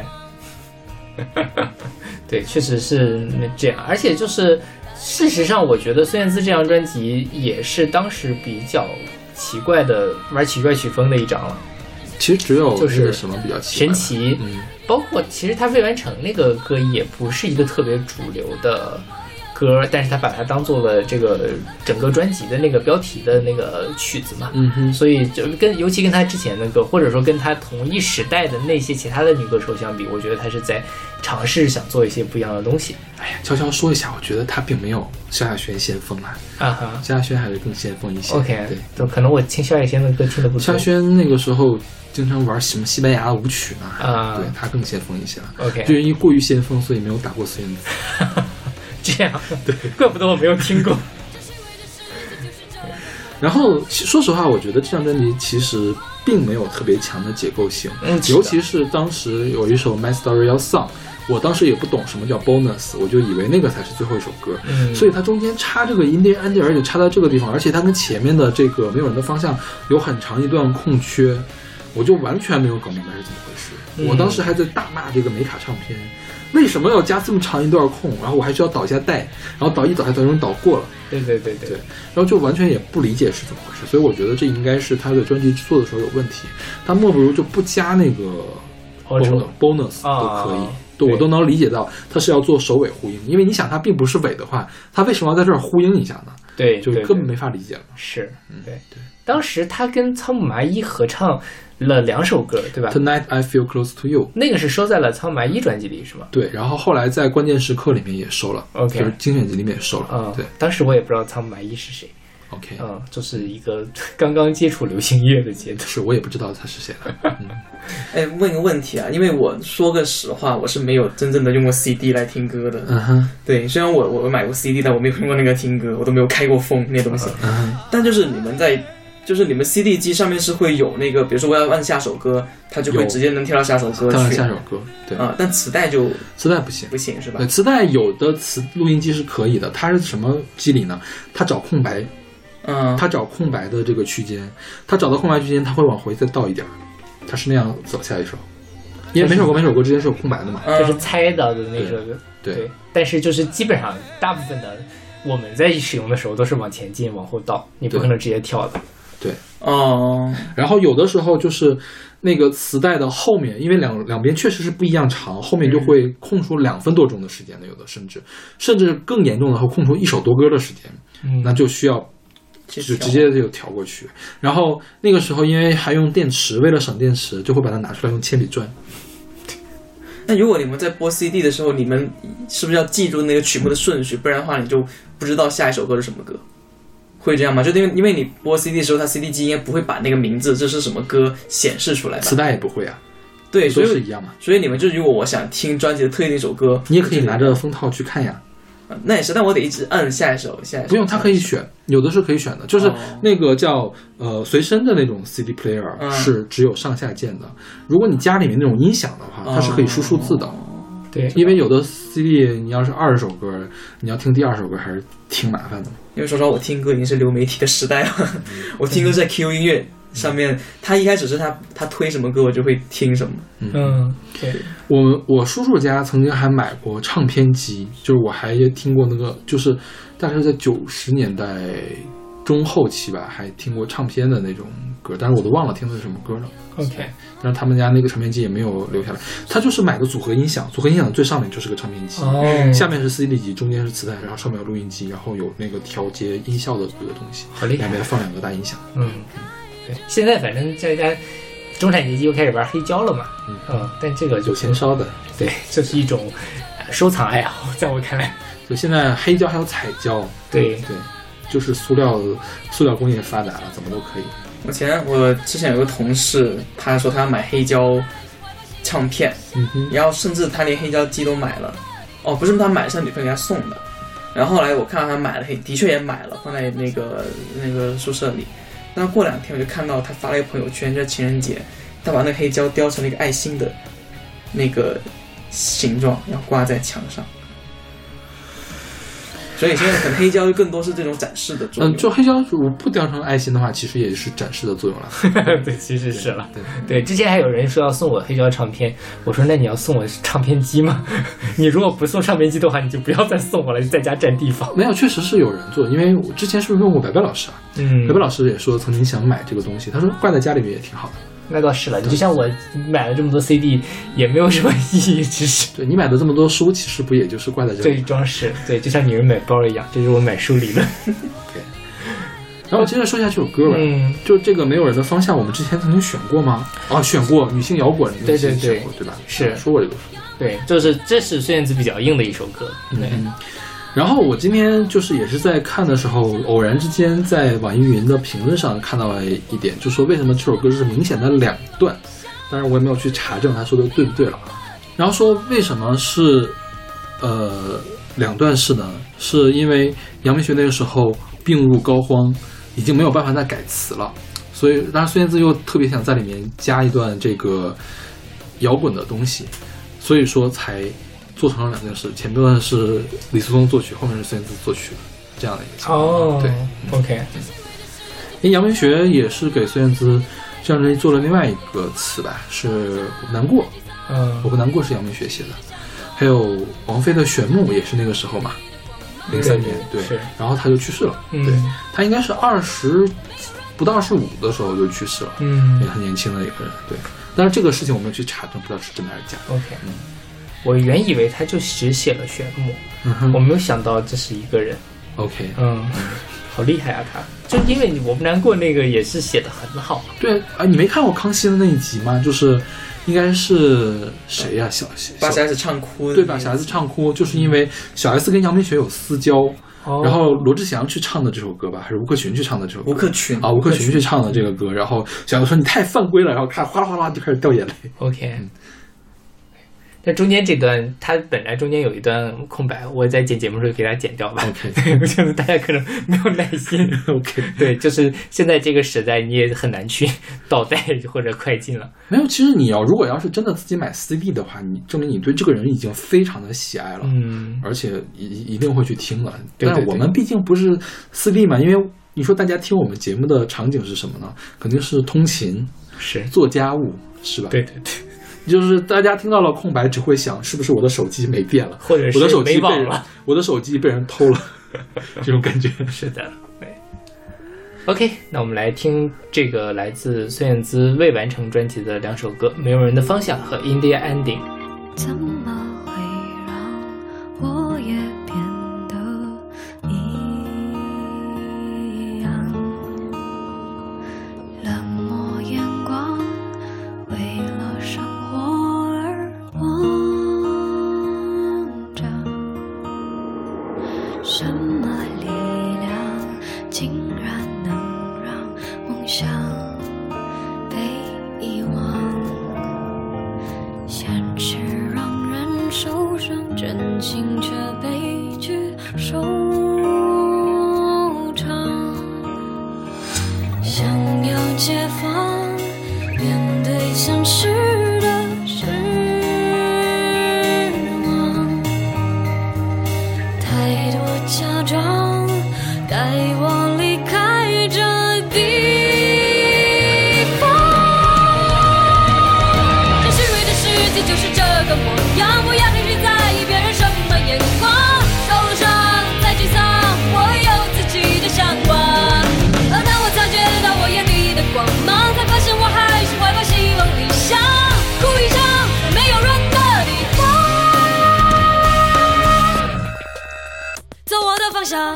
对，确实是这样，而且就是事实上，我觉得孙燕姿这张专辑也是当时比较奇怪的玩奇怪曲风的一张了。 其实只有就是什么比较奇怪神奇， 嗯， 包括其实他未完成那个歌也不是一个特别主流的歌，但是他把它当做了这个整个专辑的那个标题的那个曲子嘛， 嗯哼， 所以就跟尤其跟他之前那个，或者说跟他同一时代的那些其他的女歌手相比，我觉得他是在尝试想做一些不一样的东西。 哎呀，悄悄说一下，我觉得他并没有萧亚轩先锋啊， 啊哈， 萧亚轩还是更先锋一些。 OK， 对， 都可能我听萧亚轩的歌听的不萧多。 亚轩那个时候经常玩什么西班牙舞曲呢， 啊对他更先锋一些了。 OK， 就因为过于先锋，所以没有打过孙燕姿。 这样，对，怪不得我没有听过。 然后说实话，我觉得这张专辑其实并没有特别强的结构性， 嗯， 尤其是当时有一首《Mysterious Song》，我当时也不懂什么叫 bonus， 我就以为那个才是最后一首歌， 嗯， 所以它中间插这个 India Ending， 而且插在这个地方，而且它跟前面的这个没有人的方向有很长一段空缺，我就完全没有搞明白是怎么回事。 嗯、 我当时还在大骂这个美卡唱片。为什么要加这么长一段空？然后我还需要导一下带，然后导一导下导中导过了。 对对对 对, 对，然后就完全也不理解是怎么回事，所以我觉得这应该是他的专辑制作的时候有问题。他莫不如就不加那个 bonus bonus 都可以， 啊、 对我都能理解到他是要做首尾呼应，因为你想他并不是尾的话，他为什么要在这儿呼应一下呢？ 对， 就根本没法理解了。 是，对对。 当时他跟仓木麻衣合唱了两首歌，对吧 ？Tonight I Feel Close to You， 那个是收在了仓木麻衣专辑里，是吗？ 对，然后后来在关键时刻里面也收了 ，OK， 就是精选集里面也收了。 嗯， 对， 当时我也不知道仓木麻衣是谁。 OK， 嗯，就是一个刚刚接触流行乐的阶段， 是我也不知道他是谁了。嗯， 哎，问个问题啊，因为我说个实话，我是没有真正的用过 C D 来听歌的。 嗯哼， 对，虽然我我买过 C D， 但我没有用过那个听歌，我都没有开过封那东西。 嗯哼， 但就是你们在，就是你们 C D 机上面是会有那个，比如说我要按下首歌，它就会直接能跳到下首歌去。 跳到下首歌，对啊，但磁带就磁带不行， 不行是吧？ 对，磁带有的磁录音机是可以的，它是什么机理呢？它找空白。 嗯， 他找空白的这个区间，他找到空白区间，他会往回再倒一点，他是那样走下一首。 因为每首歌每首歌之间是有空白的嘛。 嗯就是猜到的那首歌。 对对，但是就是基本上大部分的我们在使用的时候都是往前进往后倒，你不可能直接跳的。 对， 哦， 然后有的时候就是那个磁带的后面，因为两两边确实是不一样长，后面就会空出两分多钟的时间的，有的甚至甚至更严重的会空出一首多歌的时间， 嗯， 那就需要就直接就调过去。然后那个时候因为还用电池，为了省电池，就会把它拿出来用铅笔转。 那如果你们在播 C D 的时候，你们是不是要记住那个曲目的顺序？不然的话，你就不知道下一首歌是什么歌，会这样吗？就因为因为你播 C D 的时候，它 C D 机应该不会把那个名字这是什么歌显示出来吧？ 磁带也不会啊， 对，所以都是一样嘛。 所以你们就如果我想听专辑的特定一首歌， 你也可以拿着封套去看呀。 那也是，但我得一直按下一首，下一首。 不用，它可以选，有的是可以选的，就是那个叫呃随身的那种 C D player、 嗯、 是只有上下键的。如果你家里面那种音响的话，它是可以输数字的。 对， 因为有的 C D 你要是二十首歌，你要听第二首歌还是挺麻烦的。 因为说实话，我听歌已经是流媒体的时代了，我听歌在 Q Q 音乐上面，他一开始是他他推什么歌，我就会听什么。 嗯，对。 我我叔叔家曾经还买过唱片机，就是我还听过那个，就是大概是在九十年代中后期吧，还听过唱片的那种歌，但是我都忘了听的是什么歌了。 OK， 但是他们家那个唱片机也没有留下来，他就是买个组合音响，组合音响最上面就是个唱片机， 哦， 下面是 C D 机，中间是磁带，然后上面有录音机，然后有那个调节音效的这个东西， 好厉害， 两边放两个大音响。 嗯，对，现在反正在家中产阶级又开始玩黑胶了嘛，嗯，嗯但这个有钱烧的， 对，这是一种收藏爱好，在我看来， 就现在黑胶还有彩胶， 对对，就是塑料塑料工业发达了，怎么都可以。 我前我之前有个同事，他说他要买黑胶唱片， 嗯哼， 然后甚至他连黑胶机都买了，哦，不是他买，是他女朋友给他送的。然后后来我看到他买了，的确也买了，放在那个那个宿舍里。但过两天我就看到他发了一个朋友圈，就在情人节，他把那个黑胶雕成了一个爱心的那个形状，然后挂在墙上。所以现在可能黑胶就更多是这种展示的作用。 嗯，就黑胶如果不雕成爱心的话，其实也是展示的作用了。 对，其实是了。 对对, 对，之前还有人说要送我黑胶唱片，我说那你要送我唱片机吗？你如果不送唱片机的话，你就不要再送我了，在家占地方。 没有，确实是有人做，因为我之前是不是问过白白老师啊？ 嗯， 白白老师也说曾经想买这个东西，他说挂在家里面也挺好的。 那倒是了，你就像我买了这么多 C D， 也没有什么意义，其实。 对，你买的这么多书，其实不也就是挂在这里？ 对，装饰，对，就像女人买包一样，这是我买书理论。 对。然后接着说一下这首歌吧， 嗯， 就这个没有人的方向，我们之前曾经选过吗？啊，选过女性摇滚， 对对对， 对吧？ 是说过这个书。 对，就是这是孙燕姿比较硬的一首歌。对。 嗯然后我今天就是也是在看的时候，偶然之间在网易云的评论上看到了一点，就说为什么这首歌是明显的两段，当然我也没有去查证他说的对不对了。然后说为什么是呃两段式呢？是因为杨梅学那个时候病入膏肓，已经没有办法再改词了，所以当然孙燕姿又特别想在里面加一段这个摇滚的东西，所以说才做成了两件事，前段是李思松作曲，后面是孙燕姿作曲的这样的一个情况。 哦， 对 ，OK。 因为杨梅学也是给孙燕姿这样的做了另外一个词吧，是我不难过。 嗯， 我不难过是杨梅学写的，还有王菲的玄牧也是那个时候嘛，零三年，对， 是， 然后他就去世了。 嗯、 对，他应该是二十不到二十五的时候就去世了， 嗯， 也很年轻的一个人。对，但是这个事情我们去查证，不知道是真的还是假的。 OK， 嗯。我原以为他就只写了玄牧、 嗯， 我没有想到这是一个人。 OK， 嗯，好厉害啊！他就因为我不难过那个也是写的很好。 对啊，你没看过康熙的那一集吗？就是应该是谁呀、啊？小把小 S 唱哭， 对吧？小 S 唱哭，就是因为小 S 跟杨梅学有私交。 哦、 然后罗志祥去唱的这首歌吧，还是吴克群去唱的这首歌？ 吴克群啊，吴克群去唱的这个歌，然后小 S 说你太犯规了，然后看哗啦哗啦就开始掉眼泪。 OK。嗯，但中间这段，它本来中间有一段空白，我在剪节目的时候给它剪掉吧。 OK， 对，我觉得大家可能没有耐心。 OK， 对，就是现在这个时代，你也很难去倒带或者快进了。 没有，其实你要如果要是真的自己买 C D 的话，你证明你对这个人已经非常的喜爱了， 嗯， 而且一一定会去听了。 对对对， 但我们毕竟不是 C D 嘛，因为你说大家听我们节目的场景是什么呢？肯定是通勤， 是做家务，是吧？ 对对对。 就是大家听到了空白，只会想是不是我的手机没电了， 或者是我的手机被人没网了， 我的手机被人偷了，这种感觉。 是的，对。OK， 那我们来听这个来自孙燕姿未完成专辑的两首歌，《没有人的方向》和《India Ending》。 怎么会让我也变得一样？冷漠眼光，为了生活而活着。什么力量竟然能让梦想被遗忘？现实让人受伤，真情却悲剧收场。想要解放，面对现实的失望，太多假装，带我离开这地方。这虚伪的世界就是这个模样，不要太去在意别人什么眼光，受了伤再沮丧，我有自己的向往。而当我察觉到我眼里的光芒，才发现我还是怀抱希望理想，哭一场在没有人的地方，走我的方向。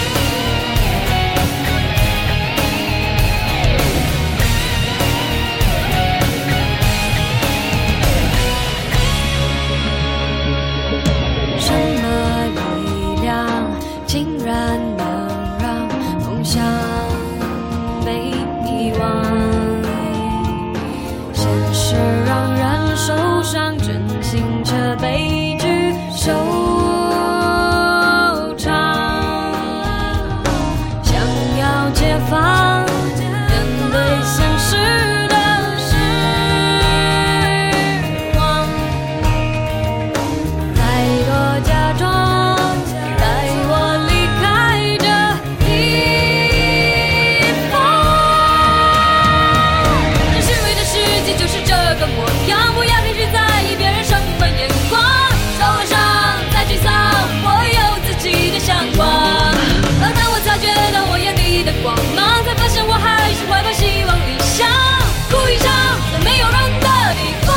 什么力量竟然能让梦想被遗忘？现实让人受伤，真情却悲剧收场。想要解放，面对现实的失望，太多假装，带我离开这地方。这虚伪的世界就是这个模样，不要太去在意别人什么眼光，受了伤再沮丧，我有自己的向往。而当我察觉到我眼里的光芒，才发现我还是怀抱希望理想，哭一场在没有人的地方。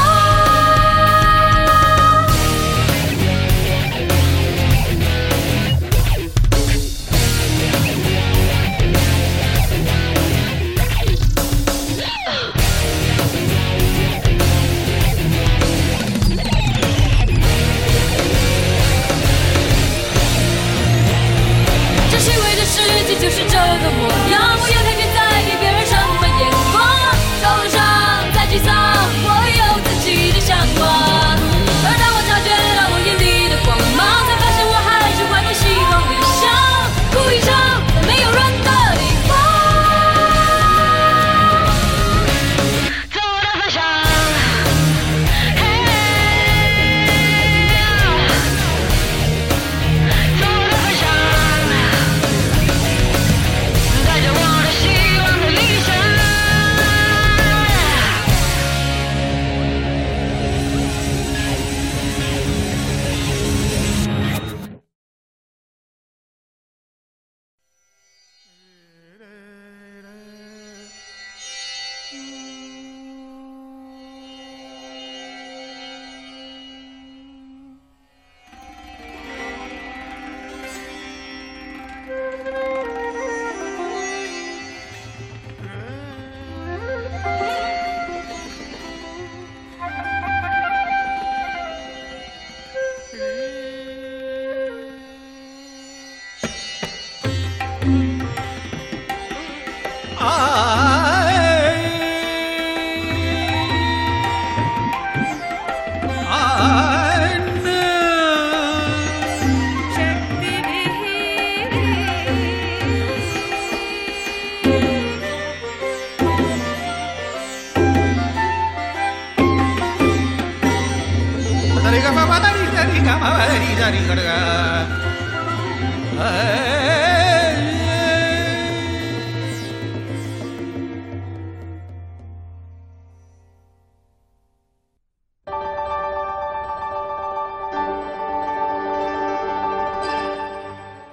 这虚伪的世界就是这个模样，不要太去在意别人什么眼光，受了伤再沮丧，我有自己的向往。而当我察觉到我眼里的光芒，才发现我还是怀抱希望理想，哭一场在没有人的地方，走我的方向。嘿，走我的方向，带着我的希望和理想。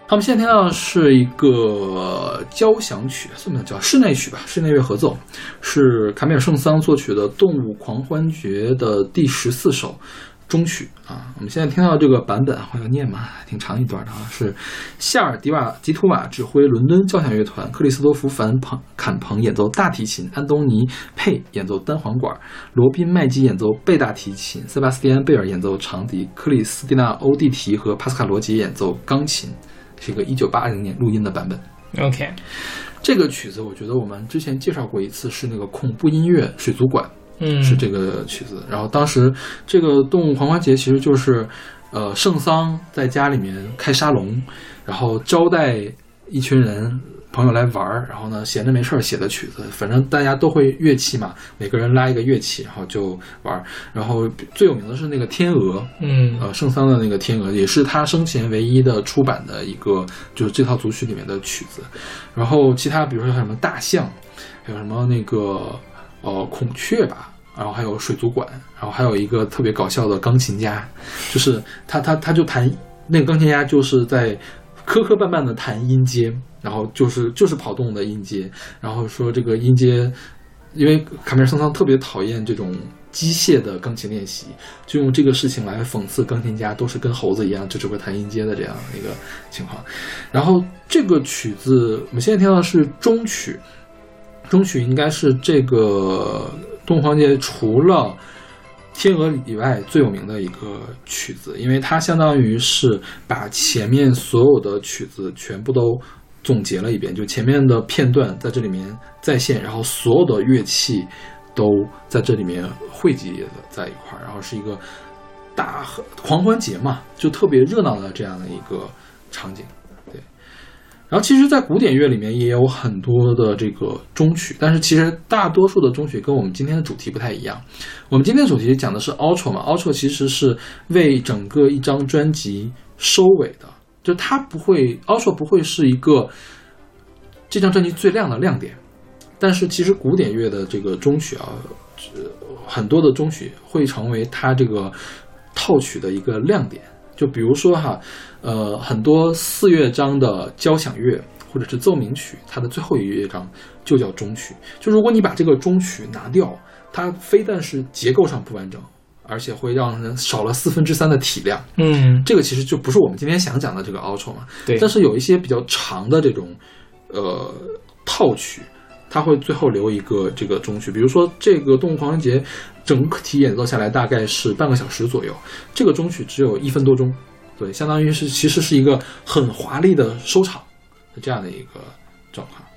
好，我们现在听到的是一个交响曲，算不算叫室内曲吧？室内乐合奏，是卡米尔·圣桑作曲的《动物狂欢节》的第十四首中曲啊。我们现在听到这个版本，我要念嘛，挺长一段的啊，是夏尔迪瓦吉图瓦指挥伦敦交响乐团，克里斯多夫凡彭坎彭演奏大提琴，安东尼佩演奏单簧管，罗宾麦基演奏贝大提琴，塞巴斯蒂安贝尔演奏长笛，克里斯蒂娜欧蒂提和帕斯卡罗杰演奏钢琴。是一个一九八零年录音的版本。 OK， 这个曲子我觉得我们之前介绍过一次，是那个恐怖音乐水族馆， 嗯， 是这个曲子。然后当时这个动物狂欢节其实就是呃圣桑在家里面开沙龙，然后招待一群人朋友来玩，然后呢闲着没事写的曲子。反正大家都会乐器嘛，每个人拉一个乐器然后就玩。然后最有名的是那个天鹅， 嗯呃圣桑的那个天鹅，也是他生前唯一的出版的一个就是这套组曲里面的曲子。然后其他比如说像什么大象，还有什么那个呃孔雀吧，然后还有水族馆，然后还有一个特别搞笑的钢琴家，就是他他他就弹那个钢琴家就是在磕磕绊绊的弹音阶，然后就是就是跑动的音阶，然后说这个音阶，因为卡米尔·圣桑特别讨厌这种机械的钢琴练习，就用这个事情来讽刺钢琴家都是跟猴子一样就只会弹音阶的这样一个情况。然后这个曲子我们现在听到的是中曲，中曲应该是这个动物狂欢节除了天鹅以外最有名的一个曲子，因为它相当于是把前面所有的曲子全部都总结了一遍，就前面的片段在这里面再现，然后所有的乐器都在这里面汇集在一块儿，然后是一个大狂欢节嘛，就特别热闹的这样的一个场景。对，然后其实在古典乐里面也有很多的这个中曲，但是其实大多数的中曲跟我们今天的主题不太一样。我们今天的主题讲的是 outro 嘛 outro 其实是为整个一张专辑收尾的，就它不会 outro 不会是一个这张专辑最亮的亮点，但是其实古典乐的这个中曲啊，很多的中曲会成为它这个套曲的一个亮点。就比如说哈，呃，很多四乐章的交响乐或者是奏鸣曲，它的最后一乐章就叫中曲。就如果你把这个中曲拿掉，它非但是结构上不完整，而且会让人少了四分之三的体量。 嗯， 这个其实就不是我们今天想讲的这个 outro 嘛。 对。 但是有一些比较长的这种呃套曲，它会最后留一个这个中曲。比如说这个动物狂欢节整体演奏下来大概是半个小时左右，这个中曲只有一分多钟，对，相当于是其实是一个很华丽的收场的这样的一个状况。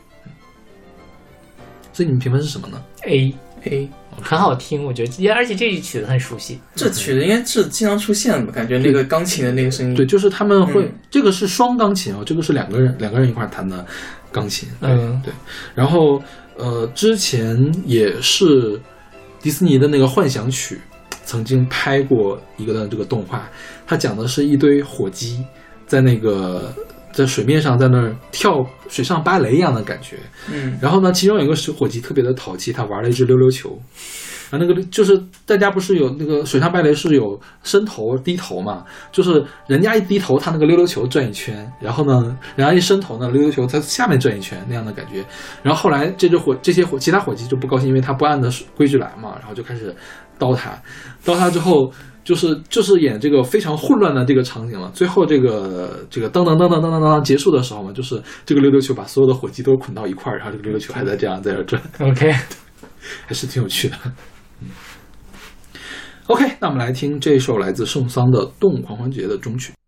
所以你们评分是什么呢？ A A 很好听，我觉得，而且这一曲子很熟悉。 这曲子应该是经常出现的，感觉那个钢琴的那个声音。 对，就是他们会， 嗯、 这个是双钢琴哦，这个是两个人两个人一块弹的钢琴。对、 嗯、 对。然后呃，之前也是迪士尼的那个幻想曲曾经拍过一个的这个动画，它讲的是一堆火鸡在那个在水面上在那儿跳水上芭蕾一样的感觉。 嗯， 然后呢，其中有一个火鸡特别的淘气，他玩了一只溜溜球。啊，那个就是大家不是有那个水上芭蕾是有伸头低头嘛，就是人家一低头，他那个溜溜球转一圈，然后呢，人家一伸头呢，溜溜球它下面转一圈那样的感觉。然后后来这只火这些火其他火鸡就不高兴，因为他不按的规矩来嘛，然后就开始刀他，刀他之后就是就是演这个非常混乱的这个场景了。最后这个这个噔噔噔噔噔噔噔结束的时候嘛，就是这个溜溜球把所有的火鸡都捆到一块儿，然后这个溜溜球还在这样在这转。 OK， 还是挺有趣的。OK， 那我们来听这首来自圣桑的《动物狂欢节》的中曲。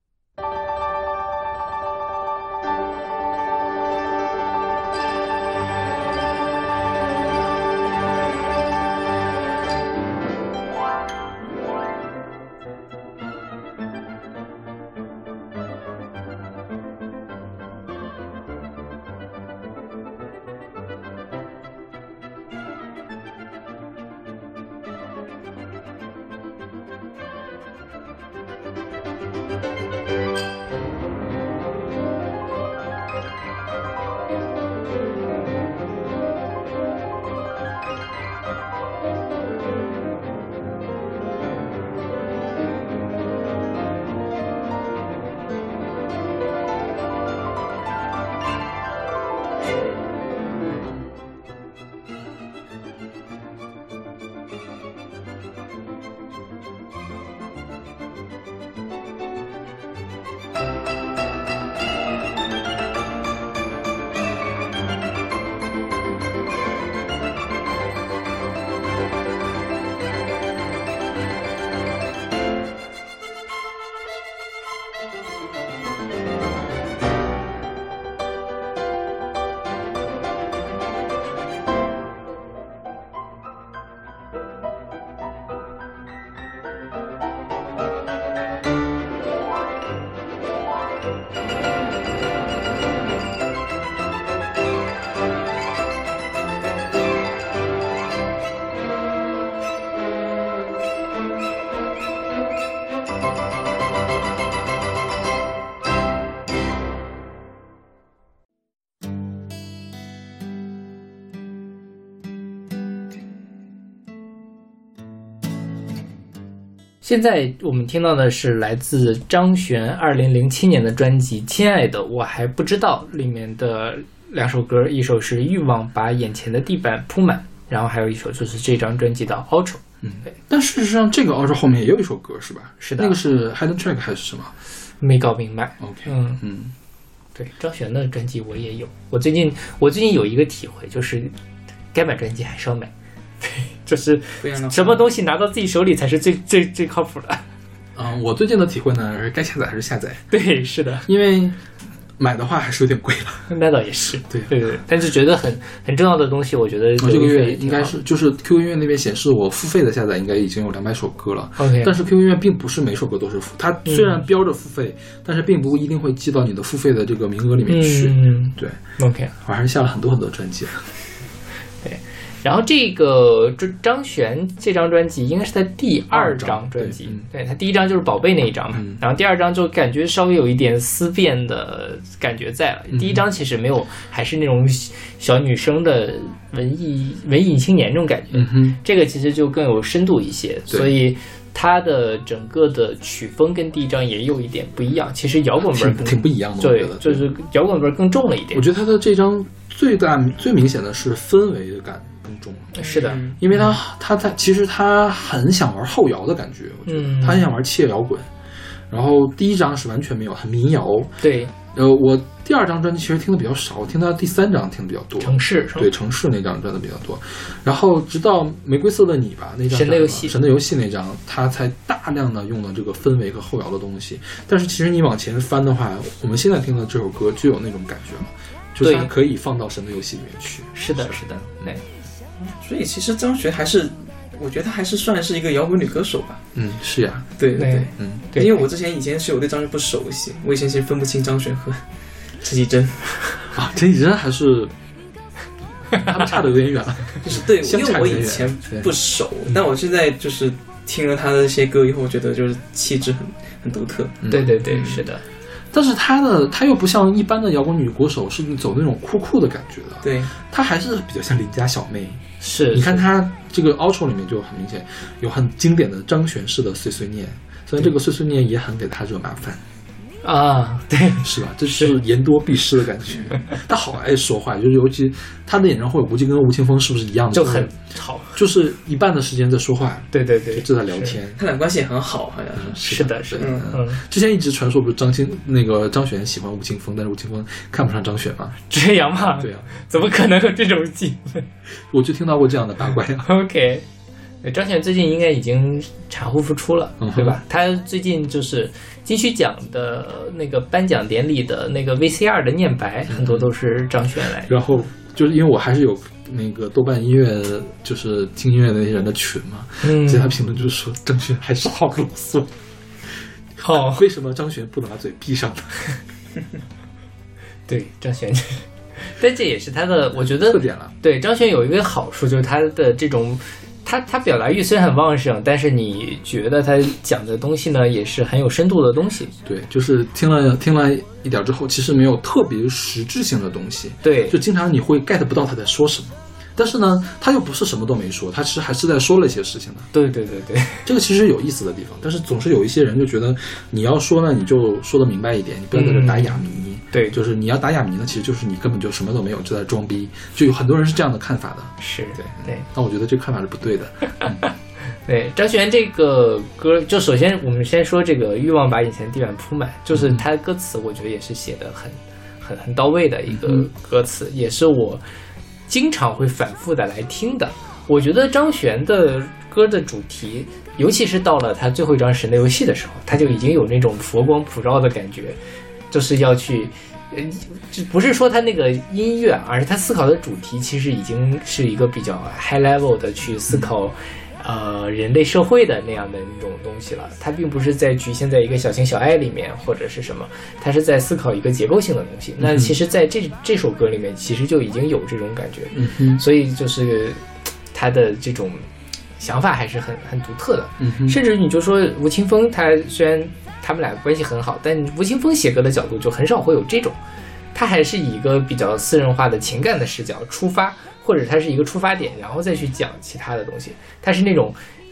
现在我们听到的是来自张悬二零零七年的专辑《亲爱的我还不知道》里面的两首歌，一首是《欲望把眼前的地板铺满》，然后还有一首就是这张专辑的 Outro。 嗯，但事实上这个 Outro 后面也有一首歌是吧？ 是的， 那个是 Hidden Track 还是什么？ 没搞明白。 OK， 嗯嗯， 对，张悬的专辑我也有。我最近我最近有一个体会，就是该买专辑还是要买。就是什么东西拿到自己手里才是最最最靠谱的。 嗯，我最近的体会呢是该下载还是下载。 对，是的， 因为买的话还是有点贵了。 那倒也是， 对对对，但是觉得很很重要的东西，我觉得我这个月应该是就是 Q Q 音乐那边显示我付费的下载应该已经有两百首歌了。 OK， 但是 Q Q 音乐并不是每首歌都是付，它虽然标着付费，嗯、但是并不一定会记到你的付费的这个名额里面去。 嗯， 对 ，OK， 我还是下了很多很多专辑。 对。然后这个张悬这张专辑应该是他第二张专辑， 对, 嗯、 对他第一张就是宝贝那一张嘛，嗯、然后第二张就感觉稍微有一点思辨的感觉在了。嗯、第一张其实没有，还是那种小女生的文艺文艺青年这种感觉， 嗯、 这个其实就更有深度一些，所以它的整个的曲风跟第一张也有一点不一样。其实摇滚味挺挺不一样的， 对， 我觉得就是摇滚味更重了一点。 我觉得他的这张最大最明显的是氛围感更重。 是的， 因为他他他其实他很想玩后摇的感觉，我觉得、嗯、他很想玩切摇滚。然后第一张是完全没有，很民谣。 对， 呃，我第二张专辑其实听的比较少，我听他第三张听的比较多。 城市， 对，城市那张专的比较多。然后直到玫瑰色的你吧，那张神的游戏， 神的游戏那张，他才大量的用了这个氛围和后摇的东西。但是其实你往前翻的话，我们现在听的这首歌就有那种感觉了，就是它可以放到神的游戏里面去。 是的，是的，对。 所以其实张悬还是，我觉得他还是算是一个摇滚女歌手吧。 嗯，是呀， 对对对， 嗯， 对，因为我之前以前是有对张悬不熟悉，我以前其实分不清张悬和陈绮贞啊，陈绮贞还是他们差的有点远了， 就是对，因为我以前不熟，但我现在就是听了他的一些歌以后，我觉得就是气质很很独特。 嗯、对对对，是的。 但是她的她又不像一般的摇滚女歌手是走那种酷酷的感觉的， 对， 她还是比较像邻家小妹。 是， 你看她这个 outro 里面就很明显有很经典的张悬式的碎碎念，虽然这个碎碎念也很给她惹麻烦啊，对， 是吧？这是言多必失的感觉。她好爱说话，就是尤其她的演唱会，我估计跟吴青峰是不是一样的， 就很吵， 就是一半的时间在说话， 对对对， 就在聊天。 他俩关系也很好，好像是是的，是的。 嗯，之前一直传说不是张青那个张悬喜欢吴青峰，但是吴青峰看不上张悬嘛？ 这样吗？ 对啊， 怎么可能有这种机会？ 我就听到过这样的八卦呀。 OK。张悬最近应该已经产后复出了， 嗯、 对吧？他最近就是金曲奖的那个颁奖典礼的那个 V C R 的念白，嗯、很多都是张悬来。 然后就是因为我还是有那个豆瓣音乐，就是听音乐的那些人的群嘛，嗯，其他评论就是说张悬还是好啰嗦。 好、哦， 为什么张悬不能把嘴闭上呢？ 对，张悬。但这也是他的，我觉得特点了。 对，张悬有一个好处，就是他的这种。他他表达欲虽然很旺盛，但是你觉得他讲的东西呢，也是很有深度的东西。 对，就是听了听了一点之后，其实没有特别实质性的东西。 对， 就经常你会 get 不到他在说什么。但是呢，他又不是什么都没说，他其实还是在说了一些事情的。 对对对对， 这个其实有意思的地方，但是总是有一些人就觉得你要说呢，你就说的明白一点，你不要在这打哑谜。嗯、 对， 就是你要打哑谜呢，其实就是你根本就什么都没有，就在装逼。就有很多人是这样的看法的。 是， 对对。 但我觉得这个看法是不对的。嗯、 对，张悬这个歌，就首先我们先说这个欲望把眼前地板铺满，就是他的歌词，我觉得也是写的很很很到位的一个歌词，嗯、也是我经常会反复的来听的。我觉得张悬的歌的主题，尤其是到了他最后一张《神的游戏》的时候，他就已经有那种佛光普照的感觉，就是要去，呃，不是说他那个音乐，而是他思考的主题其实已经是一个比较 high level 的去思考。呃，人类社会的那样的一种东西了，它并不是在局限在一个小情小爱里面或者是什么，它是在思考一个结构性的东西。那其实在这这首歌里面，其实就已经有这种感觉， 嗯哼， 所以就是他的这种想法还是很很独特的。 嗯哼， 甚至你就说吴青峰，他虽然他们俩关系很好，但吴青峰写歌的角度就很少会有这种，他还是以一个比较私人化的情感的视角出发。或者它是一个出发点，然后再去讲其他的东西。它是那种，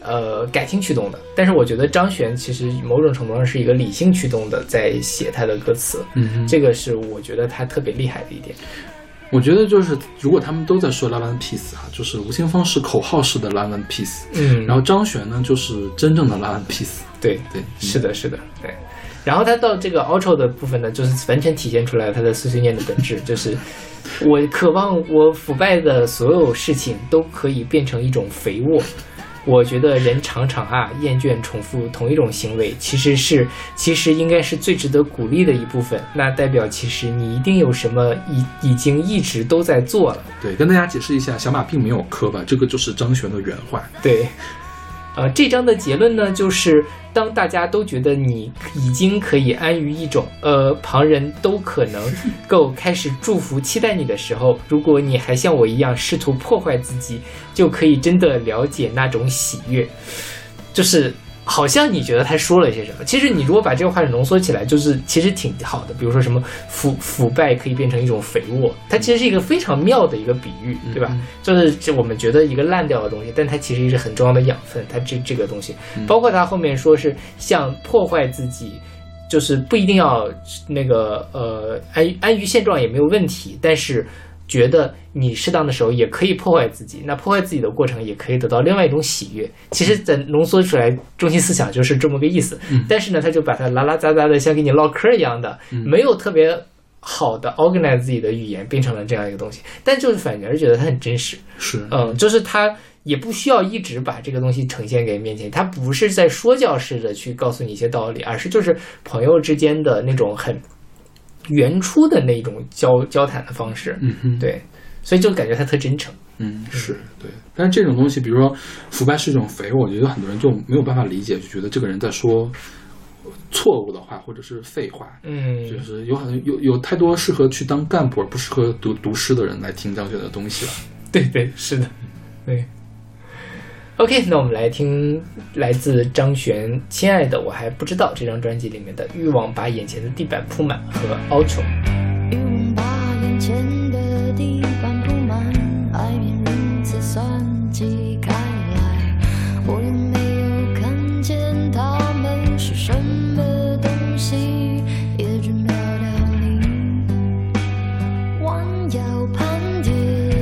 呃感情驱动的，但是我觉得张悬其实某种程度上是一个理性驱动的，在写他的歌词， 嗯， 这个是我觉得他特别厉害的一点。 我觉得就是如果他们都在说 Love and Peace 啊，就是吴青峰是口号式的 Love and Peace， 嗯， 然后张悬呢就是真正的 Love and Peace， 对对， 是的是的，对。然后他到这个 outro 的部分呢，就是完全体现出来他的碎碎念的本质，就是我渴望我腐败的所有事情都可以变成一种肥沃。我觉得人常常啊厌倦重复同一种行为，其实是其实应该是最值得鼓励的一部分。那代表其实你一定有什么已已经一直都在做了。 对，跟大家解释一下，小马并没有磕吧，这个就是张悬的原话。 对。呃，这章的结论呢，就是当大家都觉得你已经可以安于一种，呃，旁人都可能够开始祝福期待你的时候，如果你还像我一样试图破坏自己，就可以真的了解那种喜悦。就是好像你觉得他说了些什么，其实你如果把这个话浓缩起来，就是其实挺好的。比如说什么腐腐败可以变成一种肥沃，它其实是一个非常妙的一个比喻，对吧？嗯、就是我们觉得一个烂掉的东西，但它其实是很重要的养分。它这这个东西，包括它后面说是像破坏自己，就是不一定要那个呃安安于现状也没有问题，但是觉得你适当的时候也可以破坏自己，那破坏自己的过程也可以得到另外一种喜悦。其实在浓缩出来中心思想就是这么个意思、嗯、但是呢他就把它拉拉杂杂的像跟你唠嗑一样的、嗯、没有特别好的 organize 自己的语言变成了这样一个东西，但就是反而觉得它很真实。 是嗯，就是他也不需要一直把这个东西呈现给面前，他不是在说教式的去告诉你一些道理，而是就是朋友之间的那种很原初的那种交交谈的方式。 嗯哼， 对，所以就感觉他特真诚。 嗯，是对。但是这种东西，比如说腐败是一种肥，我觉得很多人就没有办法理解，就觉得这个人在说错误的话或者是废话。 嗯， 就是有很有有太多适合去当干部而不适合读读诗的人来听张悬的东西了。 对对，是的，对。OK， 那我们来听来自张悬《亲爱的我还不知道》这张专辑里面的《欲望把眼前的地板铺满》和 Outro。 欲望把眼前的地板铺满，爱便如此算计开来，我也没有看见他们是什么东西，也只瞄到你弯腰盘点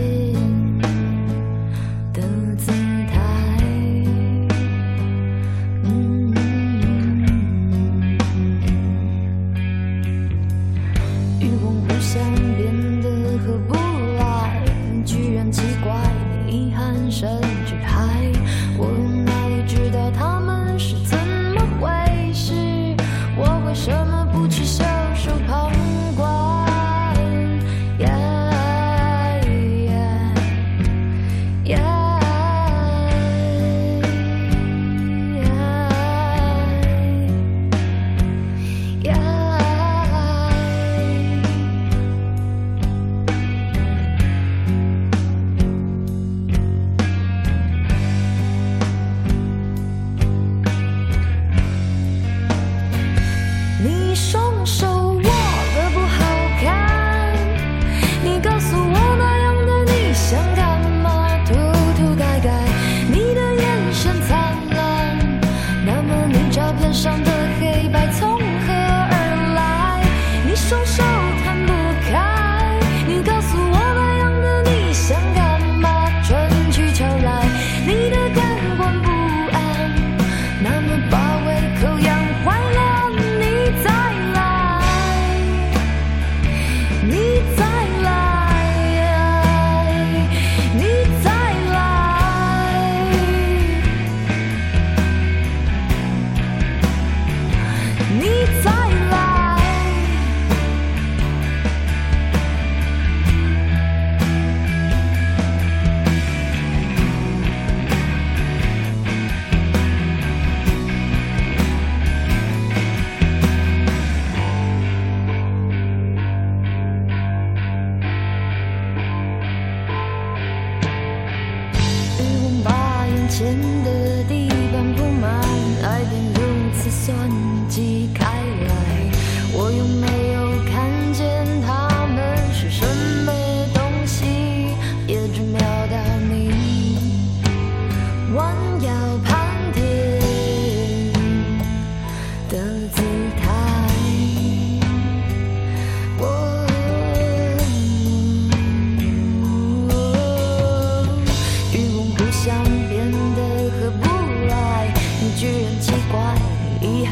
的姿态。嗯，欲望互相变得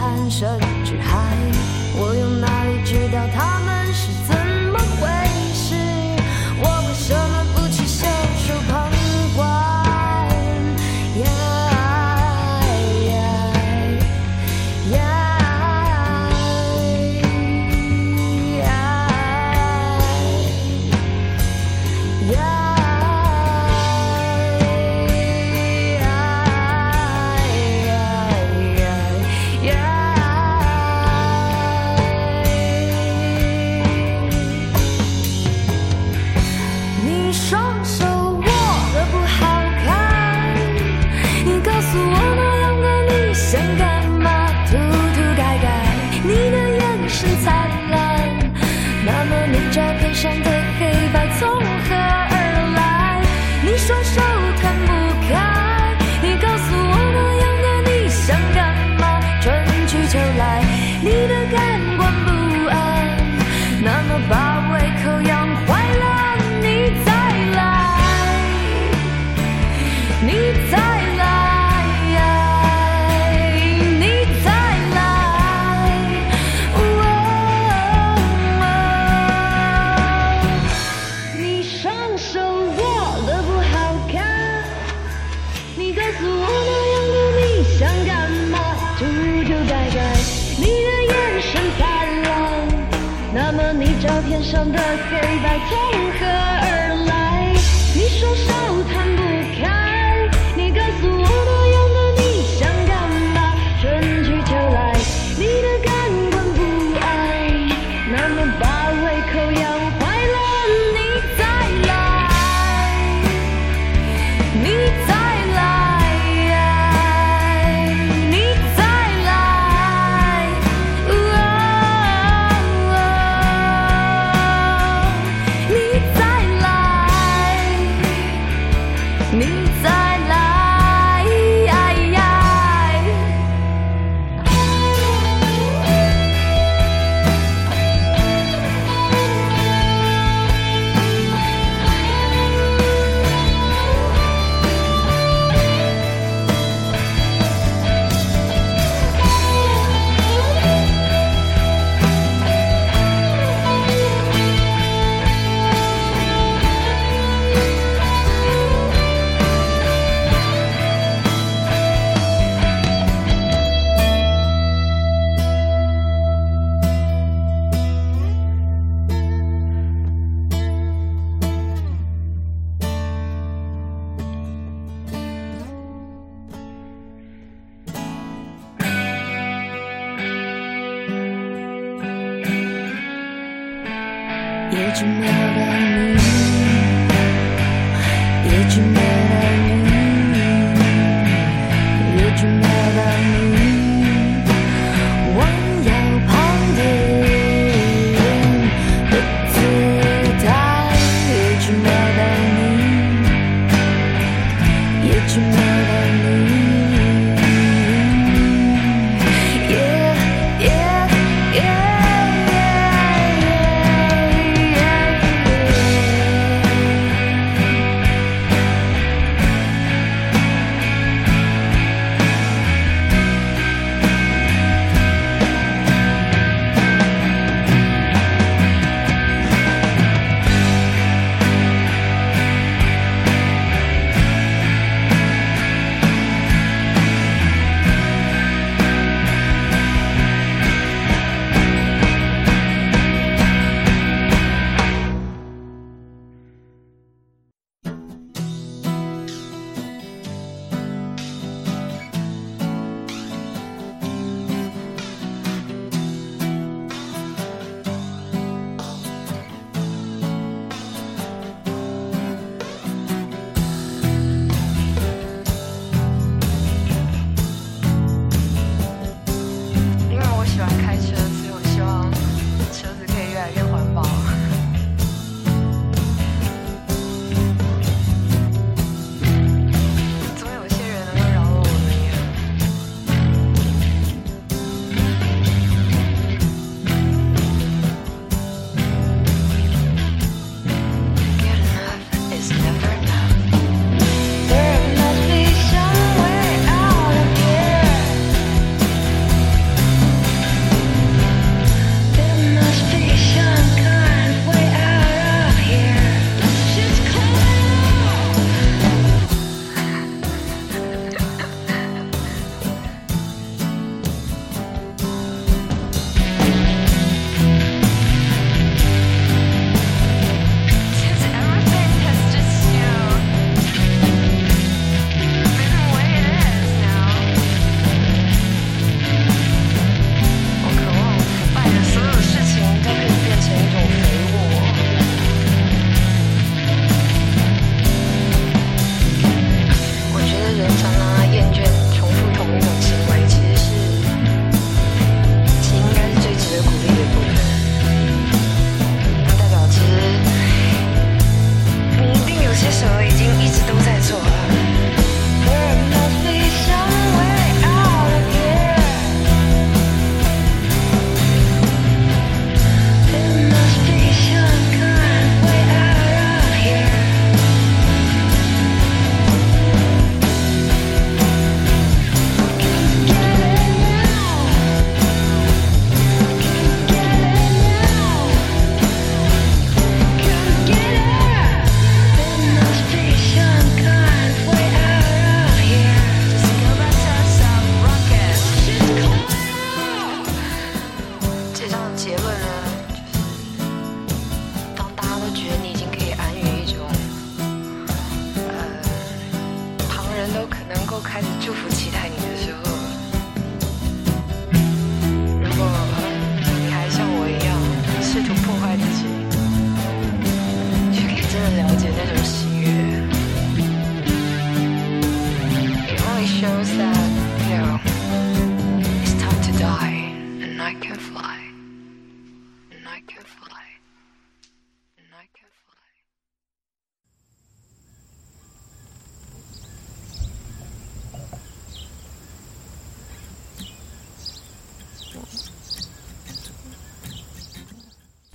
岸甚至海，我又哪里知道他们是怎么回事？我为什么不去袖手旁观？呀呀呀呀！上的黑白从何而来？你双手摊不开，你告诉我那样的你想干嘛？春去秋来，你的感官不安，那么把胃口养坏了，你再来，你再来，你再来，哦你双手握得不好看，你告诉我那样的你想干嘛？涂涂改改，你的眼神灿烂，那么你照片上的黑白从何而来？你双手摊不开，你告诉我那样的你想干嘛？春去秋来，你的感官不安，那么把胃口养坏了，你再来，你再来，你再来，你再来，你再来，一直瞄到你，一直瞄到你，一直瞄到你，弯腰旁边的姿态，一直瞄到你，一直瞄到你。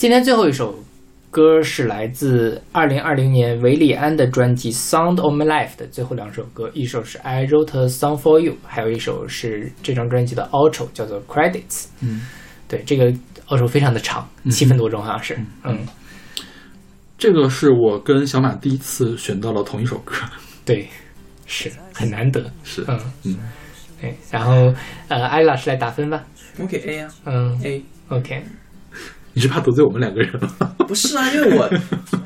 今天最后一首歌是来自二零二零年韦礼安的专辑《Sound of My Life》的最后两首歌，一首是《I Wrote a Song for You》，还有一首是这张专辑的 outro， 叫做 Credits。 嗯， 对，这个 outro 非常的长，七分多钟好像是。嗯，嗯这个是我跟小马第一次选到了同一首歌。 对，是很难得。 是， 嗯嗯， 对，然后呃，艾老师来打分吧。 我给 A 啊， 嗯 A。 OK。 你是怕得罪我们两个人吗？ 不是啊，因为我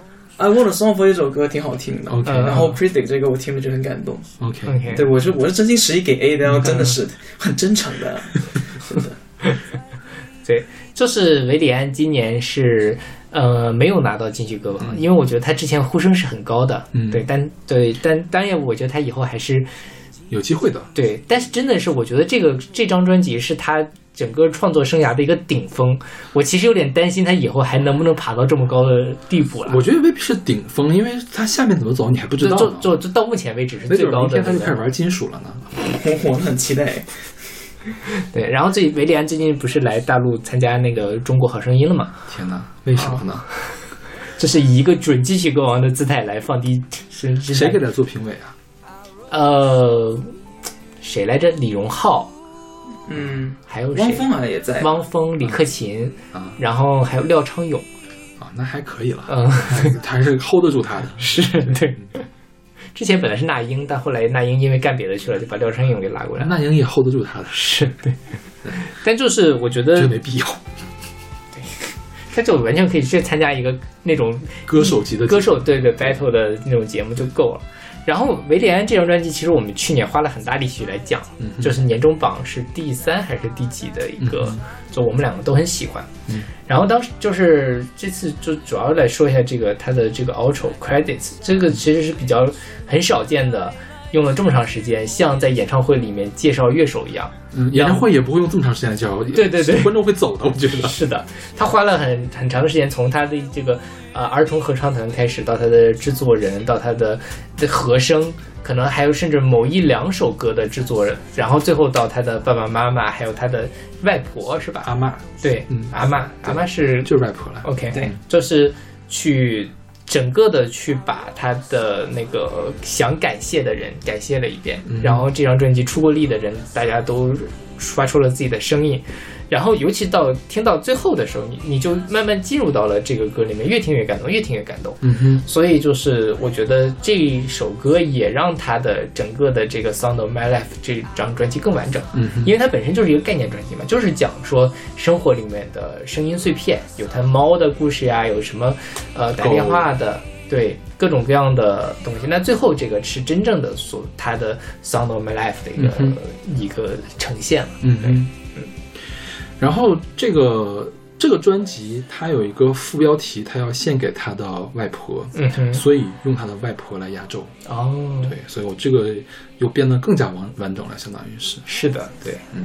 I Want a Song for 这首歌挺好听的 OK， 然后 Predict 这个我听了就很感动。 OK OK， 对，我是我是真心实意给 A 的，然后真的是很真诚的，真的。 对，就是韦礼安今年是呃没有拿到金曲歌王， 嗯、 因为我觉得他之前呼声是很高的， 嗯， 对，但对，但当然我觉得他以后还是有机会的， 对，但是真的是我觉得这个这张专辑是他整个创作生涯的一个顶峰，我其实有点担心他以后还能不能爬到这么高的地步了。 我觉得未必是顶峰，因为他下面怎么走你还不知道呢。 就就就到目前为止是最高的。 明天他就开始玩金属了呢。 我很期待。 对，然后这韦礼安最近不是来大陆参加那个中国好声音了吗？ 天哪，为什么呢？哦、 这是以一个准金曲歌王的姿态来放低身姿态。 谁给他做评委啊？ 呃，谁来着？李荣浩。 嗯， 还有谁？ 汪峰好像也在。 汪峰、李克勤啊， 然后还有廖昌永啊，那还可以了。 嗯， 还是 hold 得住他的。 是，对。之前本来是那英，但后来那英因为干别的去了，就把廖昌永给拉过来。 那英也 hold 得住他的。 是，对。但就是我觉得这没必要。 对，他就完全可以去参加一个那种歌手级的歌手对对 battle 的那种节目就够了。然后韦礼安这张专辑，其实我们去年花了很大力气来讲， 嗯、 就是年终榜是第三还是第几的一个，嗯、就我们两个都很喜欢。 嗯、 然后当时就是这次就主要来说一下这个他的这个 outro credits， 这个其实是比较很少见的，用了这么长时间，像在演唱会里面介绍乐手一样。 嗯，演唱会也不会用这么长时间来介绍， 对对对， 观众会走的，我觉得。 是的，他花了很很长的时间，从他的这个呃儿童合唱团开始，到他的制作人，到他的的和声，可能还有甚至某一两首歌的制作人，然后最后到他的爸爸妈妈，还有他的外婆，是吧？ 阿嬷， 对， 嗯， 阿嬷，阿嬷是就是外婆了。 OK， 对， 就是去。整个的去把他的那个想感谢的人感谢了一遍， 嗯、 然后这张专辑出过力的人，大家都发出了自己的声音，然后尤其到听到最后的时候，你你就慢慢进入到了这个歌里面，越听越感动，越听越感动。 嗯哼， 所以就是我觉得这首歌也让他的整个的这个《Sound of My Life》这张专辑更完整。 嗯哼， 因为它本身就是一个概念专辑嘛，就是讲说生活里面的声音碎片，有他猫的故事呀，有什么呃打电话的，对，各种各样的东西。那最后这个是真正的所他的《Sound of My Life》的一个、 嗯、 一个呈现了。 嗯嗯。然后这个这个专辑它有一个副标题，它要献给他的外婆， 嗯哼， 所以用他的外婆来压轴。 哦， 对，所以我这个又变得更加完完整了，相当于是。 是的，对， 嗯。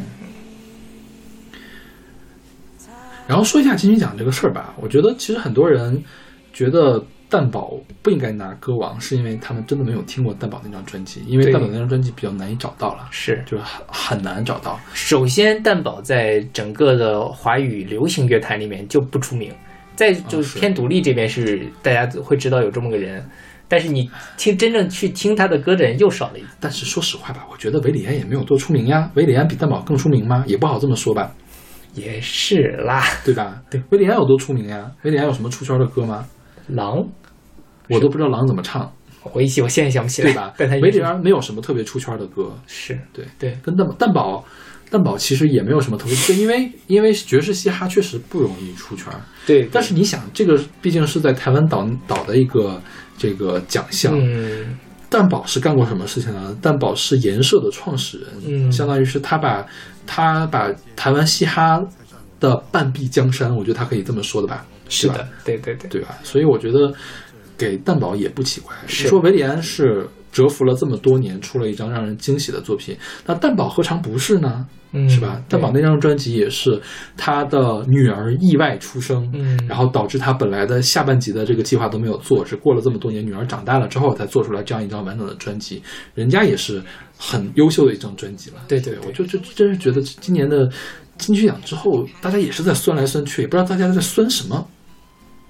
然后说一下金曲奖这个事儿吧，我觉得其实很多人觉得蛋堡不应该拿歌王，是因为他们真的没有听过蛋堡那张专辑，因为蛋堡那张专辑比较难以找到了， 是就是很很难找到。 首先，蛋堡在整个的华语流行乐坛里面就不出名，在就是偏独立这边是、哦、大家会知道有这么个人，但是你听真正去听他的歌的人又少了一。 但是说实话吧，我觉得韦礼安也没有多出名呀，韦礼安比蛋堡更出名吗？也不好这么说吧。 也是啦， 对吧？ 对， 韦礼安有多出名呀？韦礼安有什么出圈的歌吗？ 狼。 我都不知道狼怎么唱， 我一起我现在想不起来， 对吧？韦礼安没有什么特别出圈的歌， 是对对， 跟蛋蛋堡蛋堡其实也没有什么特别，就因为因为爵士嘻哈确实不容易出圈， 对。 但是你想，这个毕竟是在台湾岛岛的一个这个奖项， 嗯， 蛋堡是干过什么事情呢？蛋堡是颜社的创始人， 嗯， 相当于是他把他把台湾嘻哈的半壁江山，我觉得他可以这么说的吧？ 是的，对对对， 对吧？所以我觉得。给蛋堡也不奇怪， 是说韦礼安是蛰伏了这么多年，出了一张让人惊喜的作品，那蛋堡何尝不是呢？ 嗯， 是吧？蛋堡那张专辑也是他的女儿意外出生， 嗯， 然后导致他本来的下半集的这个计划都没有做，是过了这么多年，女儿长大了之后才做出来这样一张完整的专辑，人家也是很优秀的一张专辑了。 对对，对我就就真是觉得今年的金曲奖之后，大家也是在酸来酸去，也不知道大家在酸什么。